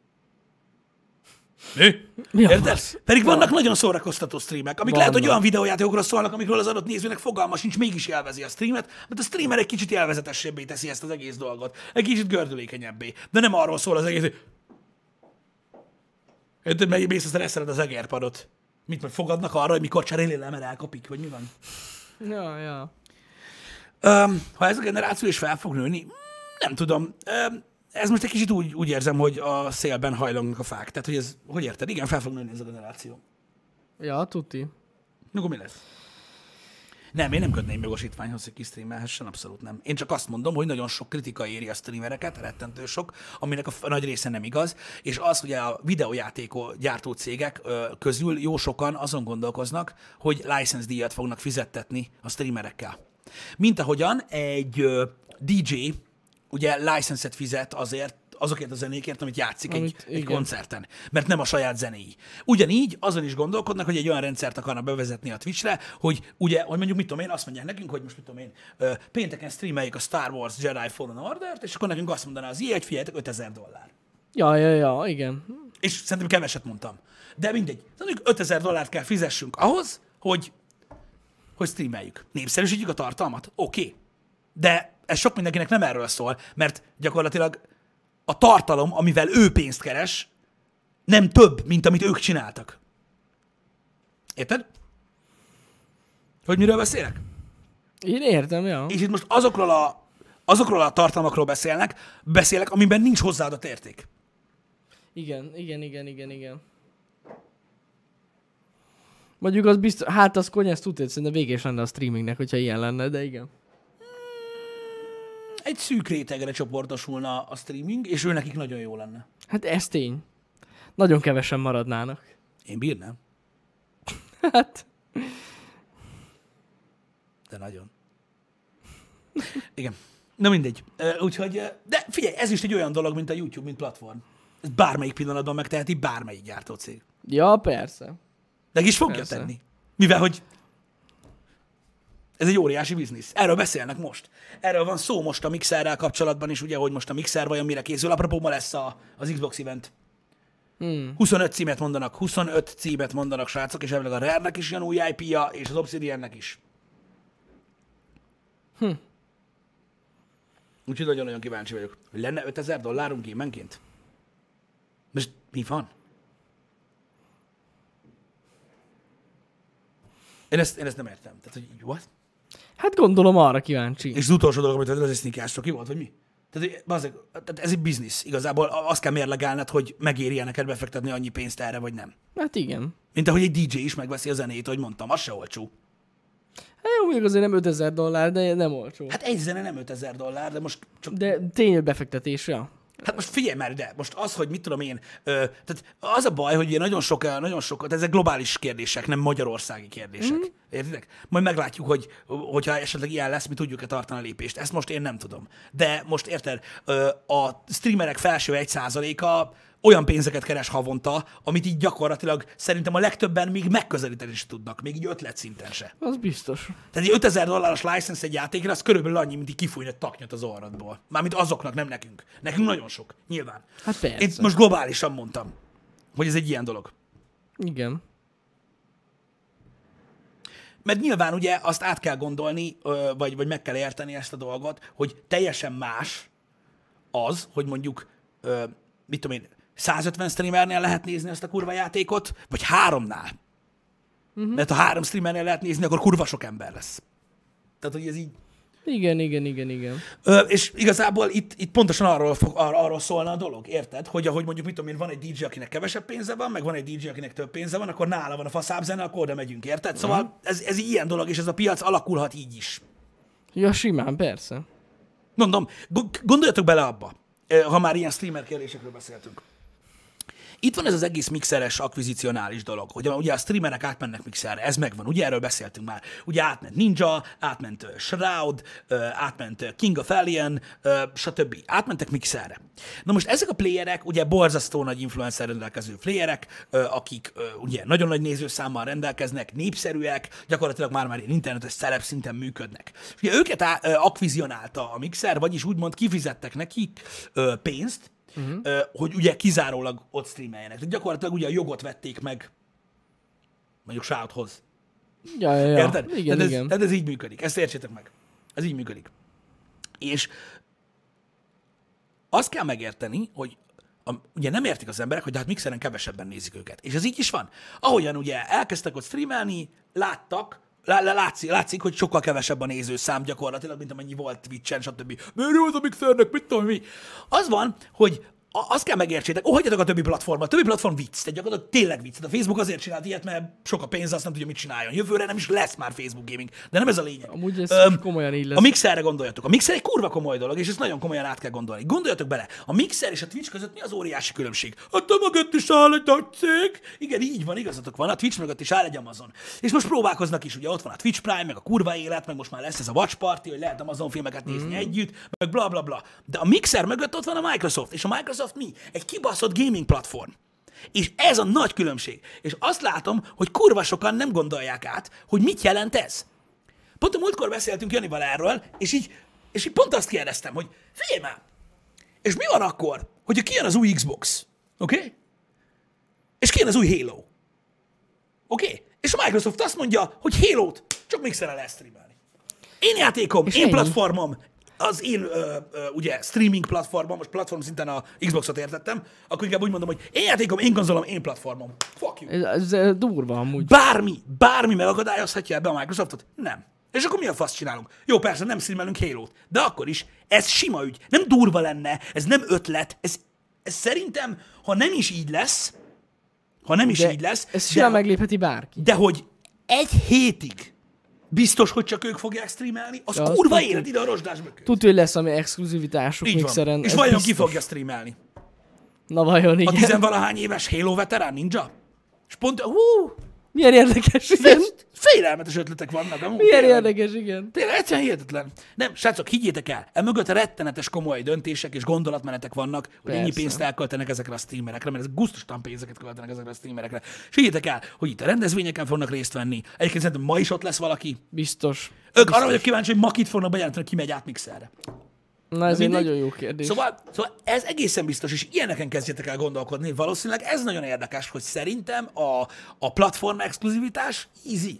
Mi? Mi a Érted? fasz? Pedig vannak nagyon szórakoztató streamek, amik lehet, hogy Vannak. olyan videójátékokról szólnak, amikről az adott nézőnek fogalma sincs, mégis élvezi a streamet, mert a streamer egy kicsit élvezetesebbé teszi ezt az egész dolgot. Egy kicsit gördülékenyebbé. De nem arról szól az egész, hogy érted, meg mész, aztán eszeled az egérpadot. Mit majd fogadnak arra, hogy mikor cserélnél, mert elkapik, vagy mi van? Ja, ja. Öm, ha ez a generáció is fel fog nőni, nem tudom. Öm, ez most egy kicsit úgy, úgy érzem, hogy a szélben hajlongnak a fák. Tehát, hogy ez, hogy érted? Igen, fel fog nőni ez a generáció. Ja, tuti. Akkor mi lesz? Nem, én nem kötném jogosítványhoz, hogy kisztreamelhessen, abszolút nem. Én csak azt mondom, hogy nagyon sok kritika éri a streamereket, rettentő sok, aminek a f- nagy része nem igaz, és az, hogy a videójátékok gyártó cégek ö, közül jó sokan azon gondolkoznak, hogy license díjat fognak fizettetni a streamerekkel. Mint ahogyan egy ö, dé dzsé ugye license-et fizet azért azokért a zenékért, amit játszik Amit- egy, egy igen. koncerten, mert nem a saját zenéi. Ugyanígy azon is gondolkodnak, hogy egy olyan rendszert akarnak bevezetni a Twitchre, hogy ugye, hogy mondjuk mit tudom én, azt mondják nekünk, hogy most mit tudom én, ö, pénteken streameljük a Star Wars Jedi Fallen Order-t, és akkor nekünk azt mondaná az i á, hogy figyeljetek, ötezer dollár. Ja, ja, ja, igen. És szerintem keveset mondtam. De mindegy. Mondjuk ötezer dollárt kell fizessünk ahhoz, hogy, hogy streameljük. Népszerűsítjük a tartalmat? Oké. Okay. De ez sok mindenkinek nem erről szól, mert gyakorlatilag a tartalom, amivel ő pénzt keres, nem több, mint amit ők csináltak. Érted? Hogy miről beszélek? Én értem, ja. És itt most azokról a, azokról a tartalmakról beszélnek, beszélek, amiben nincs hozzáadott érték. Igen, igen, igen, igen, igen. Mondjuk az biztos, hát az konyász tudod, szerintem végés lenne a streamingnek, hogyha ilyen lenne, de igen. Egy szűk rétegre csoportosulna a streaming, és ő nekik nagyon jó lenne. Hát ez tény. Nagyon kevesen maradnának. Én bírnám, Hát, de nagyon. Igen. Na mindegy. Ö, Úgyhogy, ö, de figyelj, ez is egy olyan dolog, mint a YouTube, mint platform. Ez bármelyik pillanatban megteheti bármelyik gyártócég. ja, persze. De is fogja Persze. tenni. Mivel, hogy ez egy óriási biznisz. Erről beszélnek most. Erről van szó most a Mixerrel kapcsolatban is, ugye, hogy most a Mixer vajon mire készül. Apropó, ma lesz a, az Xbox event. Hmm. huszonöt címet mondanak, huszonöt címet mondanak, srácok, és ebből a Rare-nek is jön új i pé-ja, és az Obsidian-nek is. Hm. Úgyhogy nagyon-nagyon kíváncsi vagyok, hogy lenne ötezer dollárunk évenként? Most mi van? Én ezt, én ezt nem értem. Tehát, hogy így, what? Hát gondolom arra kíváncsi. És az utolsó dolog, amit az egy sneakásra ki volt, vagy mi? Tehát, hogy bazzeg, tehát ez egy biznisz. Igazából azt kell mérlegelned, hogy megéri neked befektetni annyi pénzt erre, vagy nem. Hát igen. Mint ahogy egy dé dzsé is megveszi a zenét, hogy mondtam, az se olcsó. Hát jó, mondjuk azért nem ötezer dollár, de nem olcsó. Hát egy zene nem ötezer dollár, de most csak... De tényleg befektetés, ja. Hát most figyelj már ide, most az, hogy mit tudom én, ö, tehát az a baj, hogy ugye nagyon sok, nagyon sok, tehát ezek globális kérdések, nem magyarországi kérdések. Mm. Értitek? Majd meglátjuk, hogy hogyha esetleg ilyen lesz, mi tudjuk-e tartani a lépést. Ezt most én nem tudom. De most érted, ö, a streamerek felső egy százaléka olyan pénzeket keres havonta, amit így gyakorlatilag szerintem a legtöbben még megközelíteni is tudnak, még így ötlet szinten se. Az biztos. Tehát egy ötezer dolláros license egy játékra, az körülbelül annyi, mint így kifújni egy taknyot az orrodból. Mármint azoknak, nem nekünk. Nekünk nagyon sok, nyilván. Hát persze. Én most globálisan mondtam, hogy ez egy ilyen dolog. Igen. Mert nyilván ugye azt át kell gondolni, ö, vagy, vagy meg kell érteni ezt a dolgot, hogy teljesen más az, hogy mondjuk, ö, mit tudom én, százötven streamernél lehet nézni ezt a kurva játékot, vagy háromnál. Uh-huh. Mert ha három streamernél lehet nézni, akkor kurva sok ember lesz. Tehát, hogy ez így... Igen, igen, igen, igen. Ö, és igazából itt, itt pontosan arról, fog, ar, arról szólna a dolog, érted? Hogy ahogy mondjuk, mit tudom én, van egy dé dzsé, akinek kevesebb pénze van, meg van egy dé dzsé, akinek több pénze van, akkor nála van a faszább zene, akkor oda megyünk, érted? Szóval uh-huh. ez, ez ilyen dolog, és ez a piac alakulhat így is. Ja, simán, persze. Mondom, gondoljatok bele abba, ha már ilyen streamer kérdésekről beszéltünk. Itt van ez az egész mixeres, akvizicionális dolog, hogy ugye a streamerek átmennek mixerre, ez megvan, ugye erről beszéltünk már. Ugye átment Ninja, átment uh, Shroud, uh, átment uh, King of Alien, uh, stb. Átmentek mixerre. Na most ezek a playerek, ugye borzasztó nagy influencer rendelkező playerek, uh, akik uh, ugye nagyon nagy nézőszámmal rendelkeznek, népszerűek, gyakorlatilag már már ilyen internetes celeb szinten működnek. Ugye őket á, uh, akvizionálta a mixer, vagyis úgymond kifizettek nekik uh, pénzt, Uh-huh. hogy ugye kizárólag ott streameljenek. Tehát gyakorlatilag ugye a jogot vették meg mondjuk Shroudhoz. Ja, ja, ja. Érted? Igen, tehát, ez, igen. tehát ez így működik. Ezt értsétek meg. Ez így működik. És azt kell megérteni, hogy a, ugye nem értik az emberek, hogy hát mixeren kevesebben nézik őket. És ez így is van. Ahogyan ugye elkezdtek ott streamelni, láttak, Látszik, látszik, hogy sokkal kevesebb a nézőszám gyakorlatilag, mint amennyi volt Twitch-en, stb. Miért jó az a mixernek, mit tudom mi? Az van, hogy a, azt kell megértsétek, ó, hagyjatok a többi platformot. A többi platform vicc, tehát gyakorlatilag tényleg vicc. A Facebook azért csinált ilyet, mert sok a pénz, azt nem tudja, mit csináljon. Jövőre nem is lesz már Facebook gaming, de nem ez a lényeg. Amúgy ez Öm, komolyan így lesz. A Mixerre gondoljatok. A Mixer egy kurva komoly dolog, és ezt nagyon komolyan át kell gondolni. Gondoljatok bele, a Mixer és a Twitch között mi az óriási különbség? A te mögött is áll egy nagy cég. Igen, így van, igazatok van, a Twitch mögött is áll egy Amazon. És most próbálkoznak is, ugye ott van a Twitch Prime, meg a kurva élet, meg most már lesz ez a Watch Party, hogy lehet Amazon filmeket nézni mm. együtt, meg bla bla bla. De a Mixer mögött ott van a Microsoft, és a Microsoft mi? Egy kibaszott gaming platform. És ez a nagy különbség. És azt látom, hogy kurva sokan nem gondolják át, hogy mit jelent ez. Pont a múltkor beszéltünk Janival erről, és így, és így pont azt kérdeztem, hogy figyelj már, és mi van akkor, hogyha kijön az új Xbox, oké? Okay? És kijön az új Halo. Oké? Okay? És a Microsoft azt mondja, hogy Halo-t csak Mixerrel lehet streamelni. Én játékom, és én ennyi. Platformom, az én ö, ö, ugye streaming platformom, most platform szinten a Xboxot értettem, akkor inkább úgy mondom, hogy én játékom, én konzolom, én platformom. Fuck you. Ez, ez durva amúgy. Bármi, bármi megakadályozhatja ebbe a Microsoftot? Nem. És akkor mi a fasz csinálunk? Jó, persze nem streamelünk Halo-t, de akkor is ez sima ügy. Nem durva lenne, ez nem ötlet, ez, ez szerintem, ha nem is így lesz, ha nem is de így lesz. Ez simán meglépheti bárki. De hogy egy hétig biztos, hogy csak ők fogják streamelni, az ja, kurva élet ide a rozsdás mögött. Tudja, hogy lesz ami exkluzivitásuk így Mixeren. Van. És vajon biztos. Ki fogja streamelni? Na vajon igen. A tizenvalahány éves Halo veterán ninja? És pont, hú, milyen érdekes, igen. Félelmetes ötletek vannak. Amúgy, milyen tényleg. érdekes, igen. Tényleg egyszerűen hihetetlen. Nem, srácok, higgyétek el, emögött rettenetes komoly döntések és gondolatmenetek vannak, hogy persze. ennyi pénzt elköltenek ezekre a streamerekre, mert ez gusztustalan pénzeket költenek ezekre a streamerekre. És higgyétek el, hogy itt a rendezvényeken fognak részt venni. Egyébként szerintem ma is ott lesz valaki. Biztos. Ők Biztos. arra vagyok kíváncsi, hogy ma kit fognak bejelenteni, ki megy át Mixerre. Na ez egy nagyon jó kérdés. Szóval, szóval ez egészen biztos, és ilyeneken kezdjetek el gondolkodni. Valószínűleg ez nagyon érdekes, hogy szerintem a, a platform exkluzivitás easy.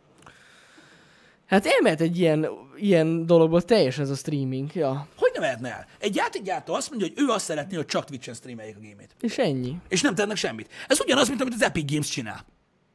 Hát elmehet egy ilyen, ilyen dologból teljes ez a streaming, ja. Hogy nem mehetne el? Egy játékgyártó azt mondja, hogy ő azt szeretné, hogy csak Twitch-en streameljék a gémét. És ennyi. És nem tennek semmit. Ez ugyanaz, mint amit az Epic Games csinál.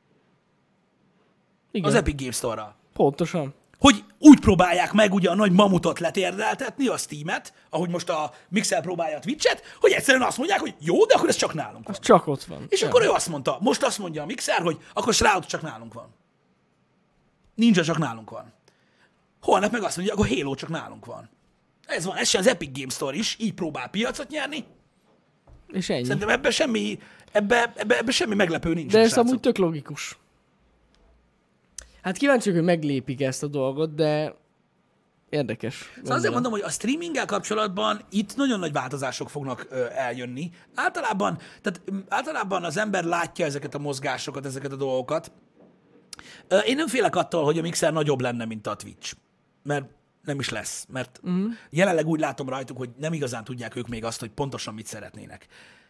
Igen. Az Epic Games Store-ral. Pontosan. Hogy úgy próbálják meg ugye a nagy mamutot letérdeltetni, a Steam-et, ahogy most a Mixer próbálja a Twitch-et, hogy egyszerűen azt mondják, hogy jó, de akkor ez csak nálunk van. Az csak ott van. És ja. akkor ő azt mondta, most azt mondja a Mixer, hogy akkor Shroud csak nálunk van. Ninja csak nálunk van. Holnap meg azt mondja, akkor Halo csak nálunk van. Ez van, ez sem az Epic Games Store is, így próbál piacot nyerni. És ennyi. Szerintem ebben semmi, ebbe, ebbe, ebbe semmi meglepő nincs. De ez amúgy tök logikus. Hát kíváncsiak, hogy meglépik ezt a dolgot, de érdekes. Szóval azért mondom, hogy a streaminggel kapcsolatban itt nagyon nagy változások fognak ö, eljönni. Általában, tehát általában az ember látja ezeket a mozgásokat, ezeket a dolgokat. Ö, én nem félek attól, hogy a Mixer nagyobb lenne, mint a Twitch. Mert nem is lesz. Mert uh-huh. jelenleg úgy látom rajtuk, hogy nem igazán tudják ők még azt, hogy pontosan mit szeretnének.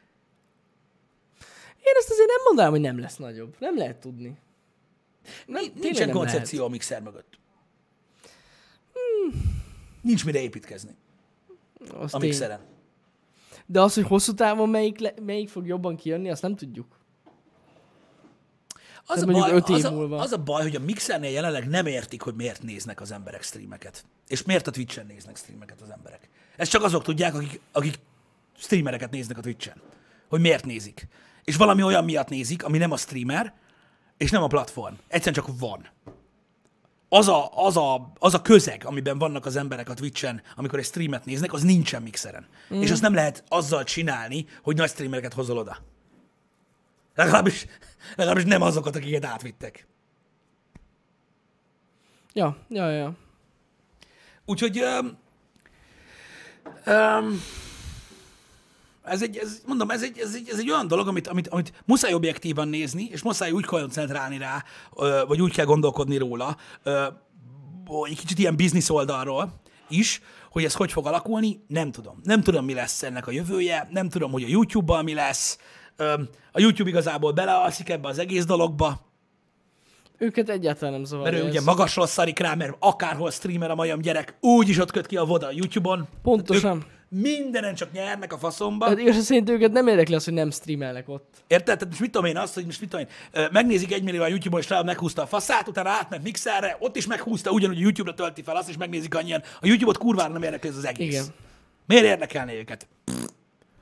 Én ezt azért nem mondanám, hogy nem lesz nagyobb. Nem lehet tudni. Nem, nincsen koncepció lehet. A Mixer mögött. Hmm. Nincs mire építkezni. Azt a Mixeren. De az, hogy hosszú távon melyik, le, melyik fog jobban kijönni, azt nem tudjuk. Az a, baj, az, a, az a baj, hogy a Mixernél jelenleg nem értik, hogy miért néznek az emberek streameket. És miért a Twitchen néznek streameket az emberek. Ezt csak azok tudják, akik, akik streamereket néznek a Twitchen. Hogy miért nézik. És valami olyan miatt nézik, ami nem a streamer, és nem a platform. Egyszerűen csak van. Az a, az, a, az a közeg, amiben vannak az emberek a Twitchen, amikor egy streamet néznek, az nincsen Mixeren. Mm. És azt nem lehet azzal csinálni, hogy nagy streamereket hozol oda. Legalábbis, legalábbis nem azokat, akiket átvittek. Ja, ja, ja. Úgyhogy um, um, ez egy, ez, mondom, ez egy, ez, egy, ez egy olyan dolog, amit, amit, amit muszáj objektívan nézni, és muszáj úgy koncentrálni rá, vagy úgy kell gondolkodni róla, egy kicsit ilyen biznisz oldalról is, hogy ez hogy fog alakulni, nem tudom. Nem tudom, mi lesz ennek a jövője, nem tudom, hogy a YouTube-bal mi lesz. A YouTube igazából belealszik ebbe az egész dologba. Őket egyáltalán nem zavarja. Mert ő ugye magasról szarik rá, mert akárhol streamer a majom gyerek, úgy is ott köt ki a voda a YouTube-on. Pontosan. Mindenen csak nyernek a faszomba. Hát igaz, szerint őket nem érdekli az, hogy nem streamelnek ott. Érted? Tehát most mit tudom én azt, hogy most mit tudom én, megnézik egy millió a YouTube-on, és rá meghúzta a faszát, utána átment Mixerre, ott is meghúzta, ugyanúgy a YouTube-ra tölti fel, azt is megnézik annyian. A YouTube-ot kurvára nem érdekli ez az egész. Igen. Miért érdekelné őket? Pff,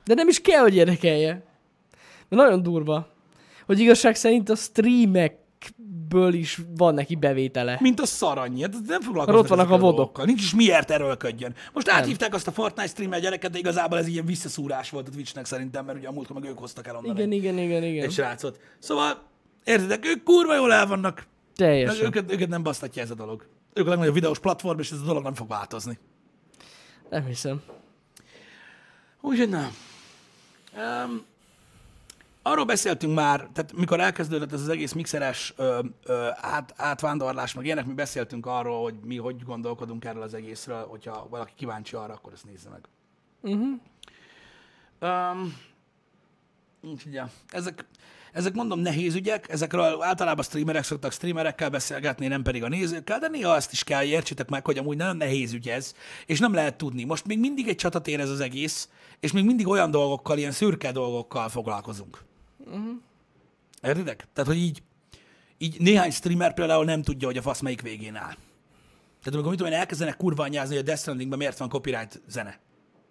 De nem is kell, hogy érdekelje. De nagyon durva. Hogy igazság szerint a streamekből is van neki bevétele. Mint a szarannyi. Hát nem foglalkoznak Ott vannak a vodok. dolgokkal. Nincs is miért erőlködjön. Most áthívták azt a Fortnite streamer gyereket, de igazából ez ilyen visszaszúrás volt a Twitchnek szerintem, mert ugye a múltkor meg ők hoztak el onnan Igen, egy, igen, igen, igen. egy srácot. Szóval, értitek, ők kurva jól el vannak. Teljesen. Őket, őket nem basztatja ez a dolog. Ők a legnagyobb videós platform, és ez a dolog nem fog változni. Nem hiszem. Úgyhogy nem. Um, arról beszéltünk már, tehát mikor elkezdődött ez az egész mixeres ö, ö, át, átvándorlás, meg ilyenek, mi beszéltünk arról, hogy mi hogy gondolkodunk erről az egészről, hogyha valaki kíváncsi arra, akkor ezt nézze meg. Uh-huh. Um, úgyhogy, ja. ezek, ezek mondom nehéz ügyek, ezekről általában streamerek szoktak streamerekkel beszélgetni, nem pedig a nézőkkel, de néha azt is kell, értsétek meg, hogy amúgy nagyon nehéz ügy ez, és nem lehet tudni. Most még mindig egy csatatér ez az egész, és még mindig olyan dolgokkal, ilyen szürke dolgokkal foglalkozunk. Uh-huh. Értitek? Tehát, hogy így, így néhány streamer például nem tudja, hogy a fasz melyik végén áll. Tehát amikor mit tudom én, elkezdenek kurva anyázni, hogy a Death Strandingben miért van copyright zene.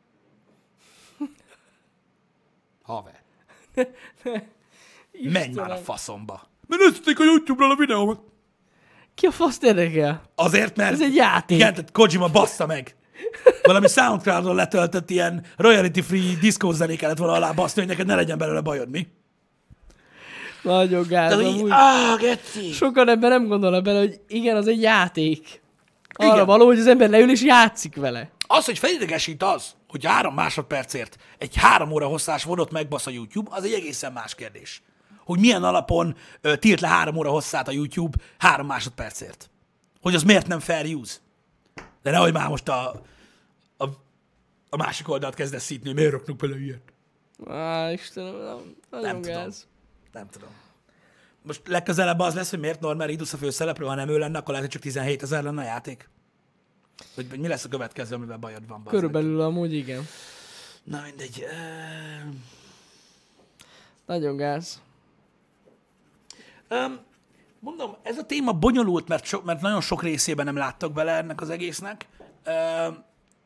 Haver. Menj már a faszomba. Mert nézték a YouTube-ról a videómat. Ki a fasz érdekel? Azért, mert... Ez egy játék. Igen, tehát Kojima bassza meg. Valami SoundCloud-on letöltött ilyen royalty-free diszkó zenék kellett volna alá baszni, hogy neked ne legyen belőle bajod, mi? Nagyon gáz, Tehát így, amúgy. áh, geci. Sokan ebben nem gondolnak bele, hogy igen, az egy játék. Arra Igen. való, hogy az ember leül és játszik vele. Az, hogy felidegesít az, hogy három másodpercért egy három óra hosszás vodot megbasz a YouTube, az egy egészen más kérdés. Hogy milyen alapon ö, tilt le három óra hosszát a YouTube három másodpercért. Hogy az miért nem fair use. De nehogy már most a, a, a másik oldalt kezdesz szítni, hogy miért raknak bele ilyet. Á, Istenem, nem, nagyon Nem tudom. gáz. Nem tudom. Most legközelebb az lesz, hogy miért Norman Reedus a főszereplő, ha nem ő lenne, akkor lehet, hogy csak tizenhétezer lenne a játék. Hogy, hogy mi lesz a következő, amivel bajod van? Körülbelül amúgy igen. Na mindegy. Uh... Nagyon gáz. Um, mondom, ez a téma bonyolult, mert, so, mert nagyon sok részében nem láttak bele ennek az egésznek. Um,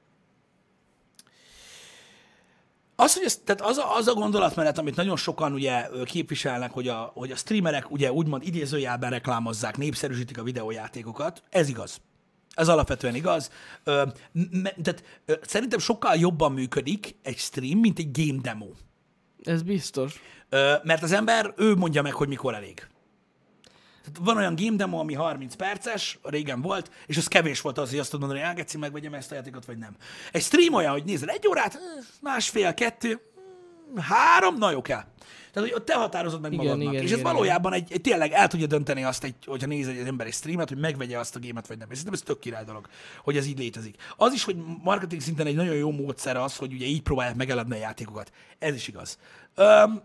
az, hogy ez, tehát az, a, az a gondolatmenet, amit nagyon sokan ugye képviselnek, hogy a, hogy a streamerek ugye úgymond idézőjelben reklámozzák, népszerűsítik a videójátékokat, ez igaz. Ez alapvetően igaz. Ö, me, tehát, ö, szerintem sokkal jobban működik egy stream, mint egy game demo. Ez biztos. Ö, mert az ember, ő mondja meg, hogy mikor elég. Tehát van olyan game demo, ami harminc perces, régen volt, és az kevés volt az, hogy azt tudod mondani, hogy elgeci, megvegyem ezt a játékot, vagy nem. Egy stream olyan, hogy nézed egy órát, másfél, kettő, három, na jó kell. Tehát, hogy ott te határozod meg Igen, magadnak. igen, És ez igen, valójában egy, egy, tényleg el tudja dönteni azt, egy, hogyha néz egy ember egy streamet, hogy megvegye azt a gémet, vagy nem. És szerintem ez tök király dolog, hogy ez így létezik. Az is, hogy marketing szinten egy nagyon jó módszer az, hogy ugye így próbálják megeladni a játékokat. Ez is igaz. Öm,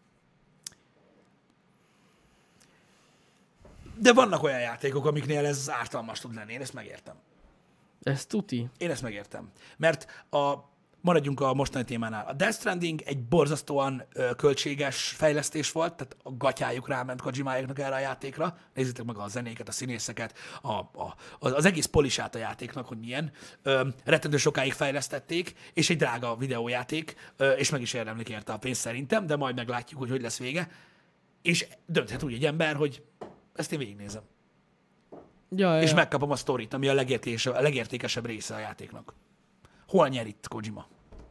de vannak olyan játékok, amiknél ez ártalmas tud lenni. Én ezt megértem. Ez tuti. Én ezt megértem. Mert a, maradjunk a mostani témánál. A Death Stranding egy borzasztóan ö, költséges fejlesztés volt, tehát a gatyájuk ráment Kojimáéknak erre a játékra. Nézzétek meg a zenéket, a színészeket, a, a, az egész polisát a játéknak, hogy milyen. Ö, rettentő sokáig fejlesztették, és egy drága videójáték, ö, és meg is érdemlik érte a pénzt szerintem, de majd meglátjuk, hogy hogy lesz vége. És dönthet úgy egy ember, hogy ezt én végignézem. Ja, És ja. megkapom a sztorit, ami a legértékesebb, a legértékesebb része a játéknak. Hol nyer itt Kojima?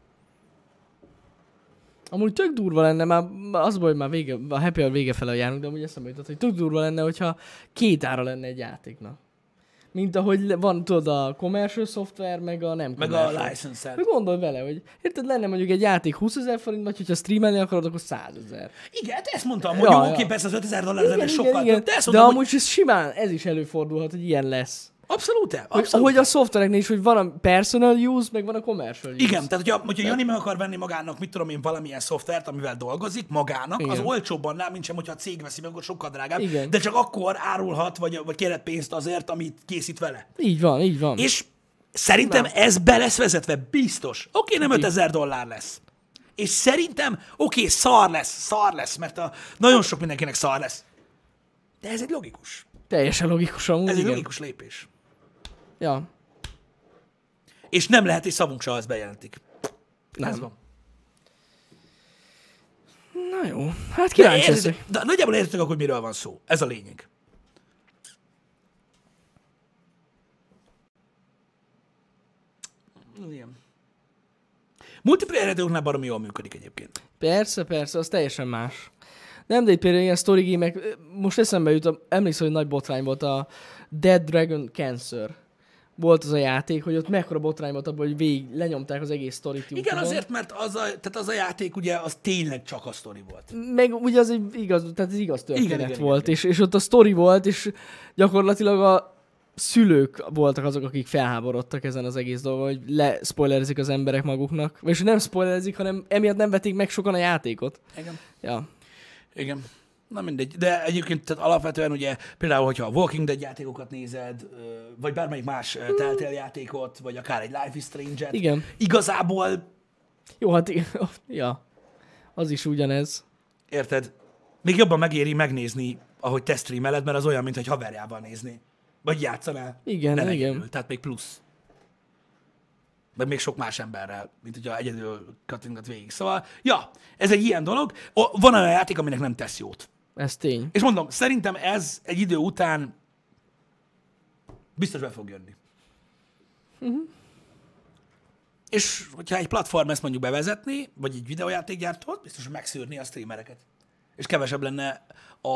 Amúgy tök durva lenne, már az baj, hogy már vége, a happy hour vége fele járunk, de amúgy eszembe jutott, hogy tök durva lenne, hogyha két ára lenne egy játéknak. Mint ahogy le- van, tudod, a commercial software, meg a nem Meg commercial. a license. Meg gondolj vele, hogy érted, lenne mondjuk egy játék húszezer forint, vagy hogyha streamelni akarod, akkor százezer. Igen, de ezt mondtam, hogy Ja, jó, ja. oké, persze az ötezer dollár az ennél Igen, sokkal igen, több, de ezt de mondtam, hogy amúgy ez simán, ez is előfordulhat, hogy ilyen lesz. abszolút, Hogy, abszolút. ahogy a szoftvereknél is, hogy van a personal use, meg van a commercial use. Igen, tehát hogyha, hogyha Jani meg akar venni magának, mit tudom én, valamilyen szoftvert, amivel dolgozik, magának, Igen. az olcsóbban nem, mint sem, hogyha a cég veszi meg, akkor sokkal drágább, Igen. de csak akkor árulhat, vagy, vagy kérhet pénzt azért, amit készít vele. Így van, így van. És szerintem Nem. ez be lesz vezetve, biztos. Oké, nem ötezer dollár lesz. És szerintem, oké, szar lesz, szar lesz, mert a, nagyon sok mindenkinek szar lesz. De ez egy logikus. Teljesen logikus amúgy, Ez egy igen. logikus lépés. Ja, És nem lehet, és szavunk se, ha ezt bejelentik. nem. Ez van. Na jó, hát De, kíváncsi érted, leszek. de nagyjából értek, hogy miről van szó. Ez a lényeg. Igen. Multiplayer játékoknál baromi jól működik egyébként. Persze, persze, az teljesen más. Nem, de itt például ilyen story game-ek, most eszembe jut, emlékszem, hogy nagy botrány volt a Dead Dragon Cancer. Volt az a játék, hogy ott mekkora botrány volt abban, hogy végig lenyomták az egész sztorit. Igen, YouTube-on. azért, mert az a, tehát az a játék ugye, az tényleg csak a sztori volt. Meg ugye az egy igaz, tehát ez igaz történet Igen, igen, volt, igen, és, és ott a sztori volt, és gyakorlatilag a szülők voltak azok, akik felháborodtak ezen az egész dolgon, hogy leszpoilerezik az emberek maguknak. És nem spoilerezik, hanem emiatt nem vetik meg sokan a játékot. Igen. Ja. Igen. Na mindegy. De egyébként tehát alapvetően ugye például, hogyha a Walking Dead játékokat nézed, ö, vagy bármelyik más ö, Telltale játékot, vagy akár egy Life is Strange-et, Igen. igazából, Jó, hát i- ja. Az is ugyanez. érted, még jobban megéri megnézni, ahogy te streameled, mert az olyan, mint hogy haverjával nézni. Vagy játszanál. Igen, Ne igen. egyedül, tehát még plusz. Meg még sok más emberrel, mint hogyha egyedül kattingat végig. Szóval, ja, ez egy ilyen dolog. O, van olyan játék, aminek nem tesz jót. Ez tény. És mondom, szerintem ez egy idő után biztos be fog jönni. Uh-huh. És hogyha egy platform ezt mondjuk bevezetni, vagy egy videójátékgyártó, biztos, hogy megszűrni a streamereket. És kevesebb lenne a,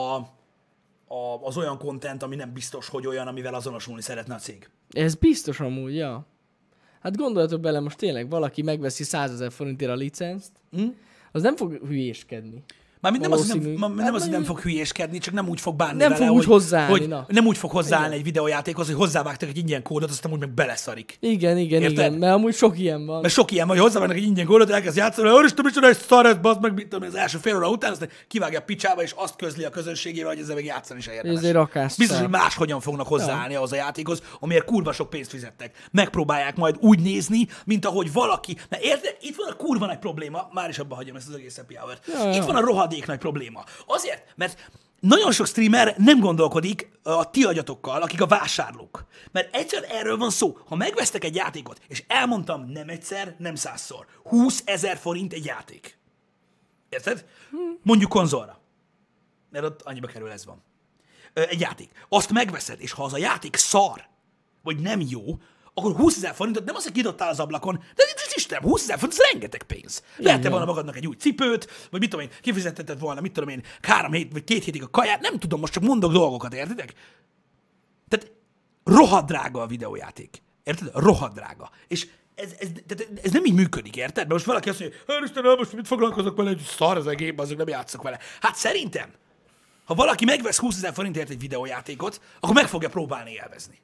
a, az olyan content, ami nem biztos, hogy olyan, amivel azonosulni szeretne a cég. Ez biztos amúgy, ja. Hát gondoljatok bele, most tényleg valaki megveszi százezer forintért a licenzt, Hm? az nem fog hülyéskedni. Mármint nem az, hogy nem, Valószínű. ma- nem, Hát az, hogy nem mondjuk- fog hülyéskedni, csak nem úgy fog bánni Nem vele, fog úgy hogy, hozzáállni, hogy na. nem úgy fog hozzáállni Igen. egy videójátékhoz, hogy hozzávágtak egy ingyen kódot, aztán úgy meg beleszarik. Igen, igen, Érted? igen, mert amúgy sok ilyen van. Mert sok ilyen van, hogy hozzávágnak egy ingyen kódot, elkezd játszani, hogy Isten, micsoda egy szar ez, bazd meg, mit tudom, én, az első fél óra után, aztán kivágja a picsába, és azt közli a közönségével, hogy ezzel még játszani se Ez érdemes. egy rakás. Biztos, hogy máshogyan fognak hozzáállni ahhoz a játékhoz, amiért kurva sok pénzt fizettek. Megpróbálják majd úgy nézni, mint ahogy valaki. Mert érted, itt van a kurva nagy probléma, már is abba hagyom ezt az egész happy hour-t. Ja, ja. Itt van a rohadék nagy probléma. Azért, mert nagyon sok streamer nem gondolkodik a ti agyatokkal, akik a vásárlók. Mert egyszer erről van szó. Ha megvesztek egy játékot, és elmondtam nem egyszer, nem százszor, húszezer forint egy játék. Érted? Mondjuk konzolra. Mert ott annyiba kerül, ez van. Ö, Egy játék. Azt megveszed, és ha az a játék szar, vagy nem jó, akkor húszezer forintot nem az, hogy kidobtál az ablakon, de ez Istenem, húszezer forint, ez rengeteg pénz. Lehetne van. volna magadnak egy új cipőt, vagy mit tudom én, kifizetted volna, mit tudom én, három hét vagy két hétig a kaját, nem tudom, most csak mondok dolgokat, értitek? Tehát rohadt drága a videójáték. Érted? Rohadt drága. És ez, ez, ez, ez nem így működik, érted? Mert most valaki azt mondja, hogy Istenem, most mit foglalkozok vele, hogy szar az egész, azok nem játszok vele. Hát szerintem, ha valaki megvesz húszezer forintért egy videójátékot, akkor meg fogja próbálni élvezni.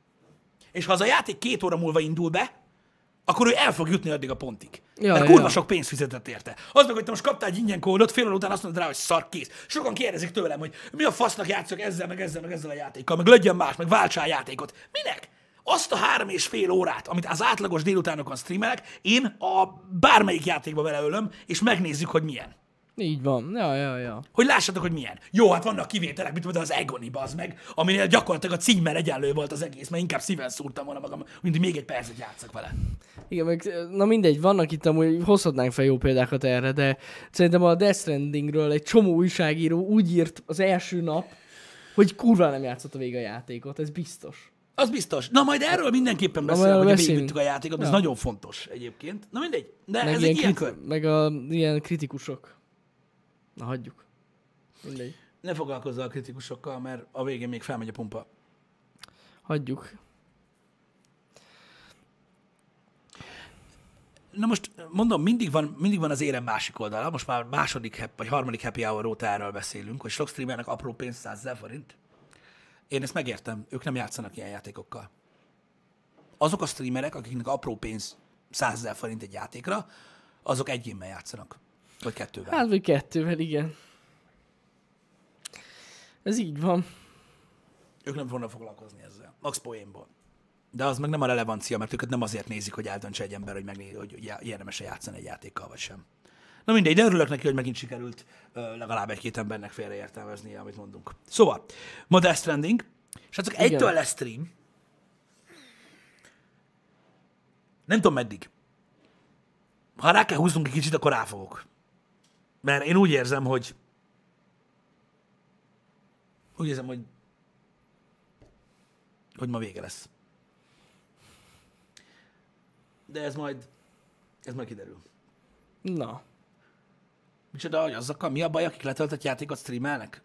És ha az a játék két óra múlva indul be, akkor ő el fog jutni addig a pontig. Ja, Mert ja. kurva sok pénzt fizetett érte. Az meg, hogy te most kaptál egy ingyen kódot, fél óra után azt mondod rá, hogy szar, kész. Sokan kérdezik tőlem, hogy mi a fasznak játszok ezzel, meg ezzel, meg ezzel a játékkal, meg legyen más, meg váltsál játékot. Minek? Azt a három és fél órát, amit az átlagos délutánokon streamelek, én a bármelyik játékba beleölöm, és megnézzük, hogy milyen. Így van. Ja, ja, ja. Hogy lássatok, hogy milyen. Jó, hát vannak kivételek, mint például az Egoni, bazd meg, aminél gyakorlatilag a címmel egyenlő volt az egész, mert inkább szíven szúrtam volna magam, mint hogy még egy percet játszak vele. Igen, meg, na mindegy, vannak itt amúgy, hozhatnánk fel jó példákat erre, de szerintem a Death Strandingről egy csomó újságíró úgy írt az első nap, hogy kurva nem játszott a vége a játékot, ez biztos. Az biztos. Na majd erről mindenképpen majd beszélünk, hogy beszélünk. végigvittük a játékot, ez Ja. nagyon fontos egyébként. Na mindegy, de Meg, ez ilyen egy ilyen kriti- kör. meg a ilyen kritikusok. Na hagyjuk. Mindegy. Ne foglalkozzál a kritikusokkal, mert a végén még felmegy a pumpa. Hagyjuk. Na most mondom, mindig van, mindig van az érem másik oldala, most már második hep, vagy harmadik happy hour óta erről beszélünk, hogy sok streamernek apró pénz százezer forint. Én ezt megértem, ők nem játszanak ilyen játékokkal. Azok a streamerek, akiknek apró pénz százezer forint egy játékra, azok egy gémmel játszanak. Vagy kettővel. Hát vagy kettővel, igen. Ez így van. Ők nem fognak foglalkozni ezzel. Max poénból. De az meg nem a relevancia, mert őket nem azért nézik, hogy eldöntse egy ember, hogy, megné- hogy érdemes-e játszani egy játékkal, vagy sem. Na mindegy, de örülök neki, hogy megint sikerült ö, legalább egy-két embernek félreértelmeznie, amit mondunk. Szóval, ma Death Stranding, és hát csak Igen. egytől lesz stream. Nem tudom meddig. Ha rá kell húznunk egy kicsit, akkor ráfogok. Mert én úgy érzem, hogy úgy érzem, hogy hogy ma vége lesz. De ez majd ez majd kiderül. Na. Micsoda, hogy azokkal mi a baj, akik letöltött játékot streamelnek?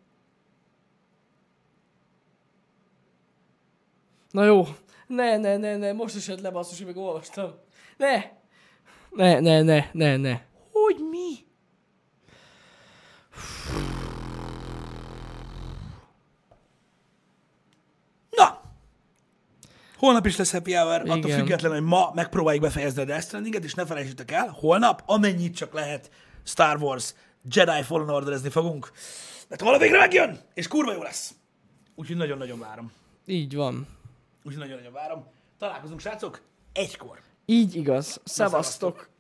Na jó. Ne, ne, ne, ne. Most esett le, basszus, hogy meg olvastam. Ne. Ne, ne, ne, ne, ne. Hogy mi? Na! Holnap is lesz happy hour, attól Igen. függetlenül, hogy ma megpróbáljuk befejezni a Death Strandinget, és ne felejtsétek el, holnap, amennyit csak lehet, Star Wars Jedi Fallen Orderezni fogunk. Mert holnap végre megjön, és kurva jó lesz. Úgyhogy nagyon-nagyon várom. Így van. Úgyhogy nagyon-nagyon várom. Találkozunk, srácok, egykor. Így igaz. Szevasztok.